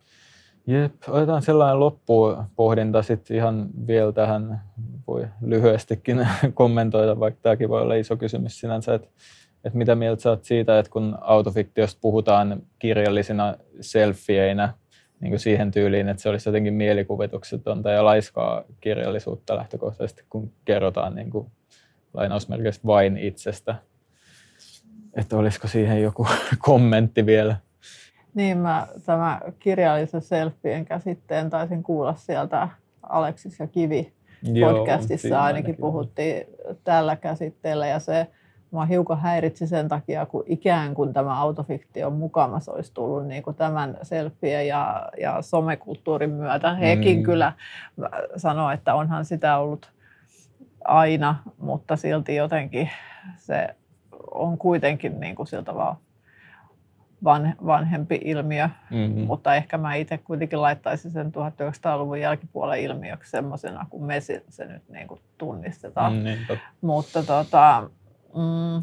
Jep, otetaan sellainen loppupohdinta sitten ihan vielä tähän, voi lyhyestikin kommentoida, vaikka tämäkin voi olla iso kysymys sinänsä, että, että mitä mieltä sä oot siitä, että kun autofiktiosta puhutaan kirjallisina selfieinä, niin kuin siihen tyyliin, että se olisi jotenkin mielikuvituksetonta ja laiskaa kirjallisuutta lähtökohtaisesti, kun kerrotaan niin kuin lainausmerkeissä vain itsestä. Että olisiko siihen joku kommentti vielä? Niin, mä tämä kirjallisen selfien käsitteen taisin kuulla sieltä Aleksis ja Kivi Joo, podcastissa ainakin puhuttiin tällä käsitteellä ja se mua hiukan häiritsi sen takia, kun ikään kuin tämä autofiktion mukamas olisi tullut niin kuin tämän selfien ja, ja somekulttuurin myötä. Hekin mm. kyllä sanoo, että onhan sitä ollut aina, mutta silti jotenkin se on kuitenkin niin kuin siltä vaan vanhempi ilmiö, mm-hmm. mutta ehkä mä itse kuitenkin laittaisin sen tuhatyhdeksänsataaluvun jälkipuolen ilmiöksi semmoisena, kun me se, se nyt niin kuin tunnistetaan. Mm, niin, mutta tota, mm,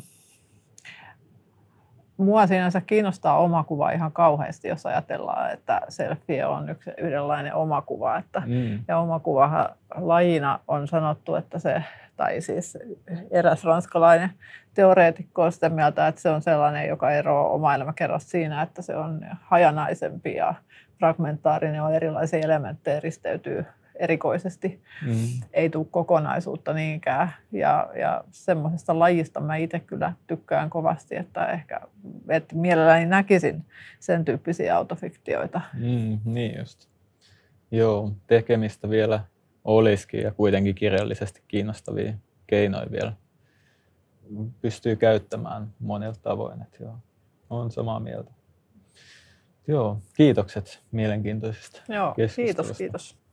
mua sinänsä kiinnostaa omakuva ihan kauheasti, jos ajatellaan, että selfie on yksi yhdenlainen omakuva. Että, mm. Ja omakuvahan lajina on sanottu, että se, tai siis eräs ranskalainen teoreetikko on sitä mieltä, että se on sellainen, joka eroaa oma elämäkerrasta siinä, että se on hajanaisempi ja fragmentaarinen, on erilaisia elementtejä, risteytyy erikoisesti. Mm. Ei tule kokonaisuutta niinkään. Ja, ja semmoisesta lajista mä itse kyllä tykkään kovasti, että ehkä että mielelläni näkisin sen tyyppisiä autofiktioita. Mm, niin just. Joo, tekemistä vielä olisikin ja kuitenkin kirjallisesti kiinnostavia keinoja vielä pystyy käyttämään monilla tavoin. Että joo, olen samaa mieltä. Joo, kiitokset mielenkiintoisesta Joo, keskustelusta. Kiitos, kiitos.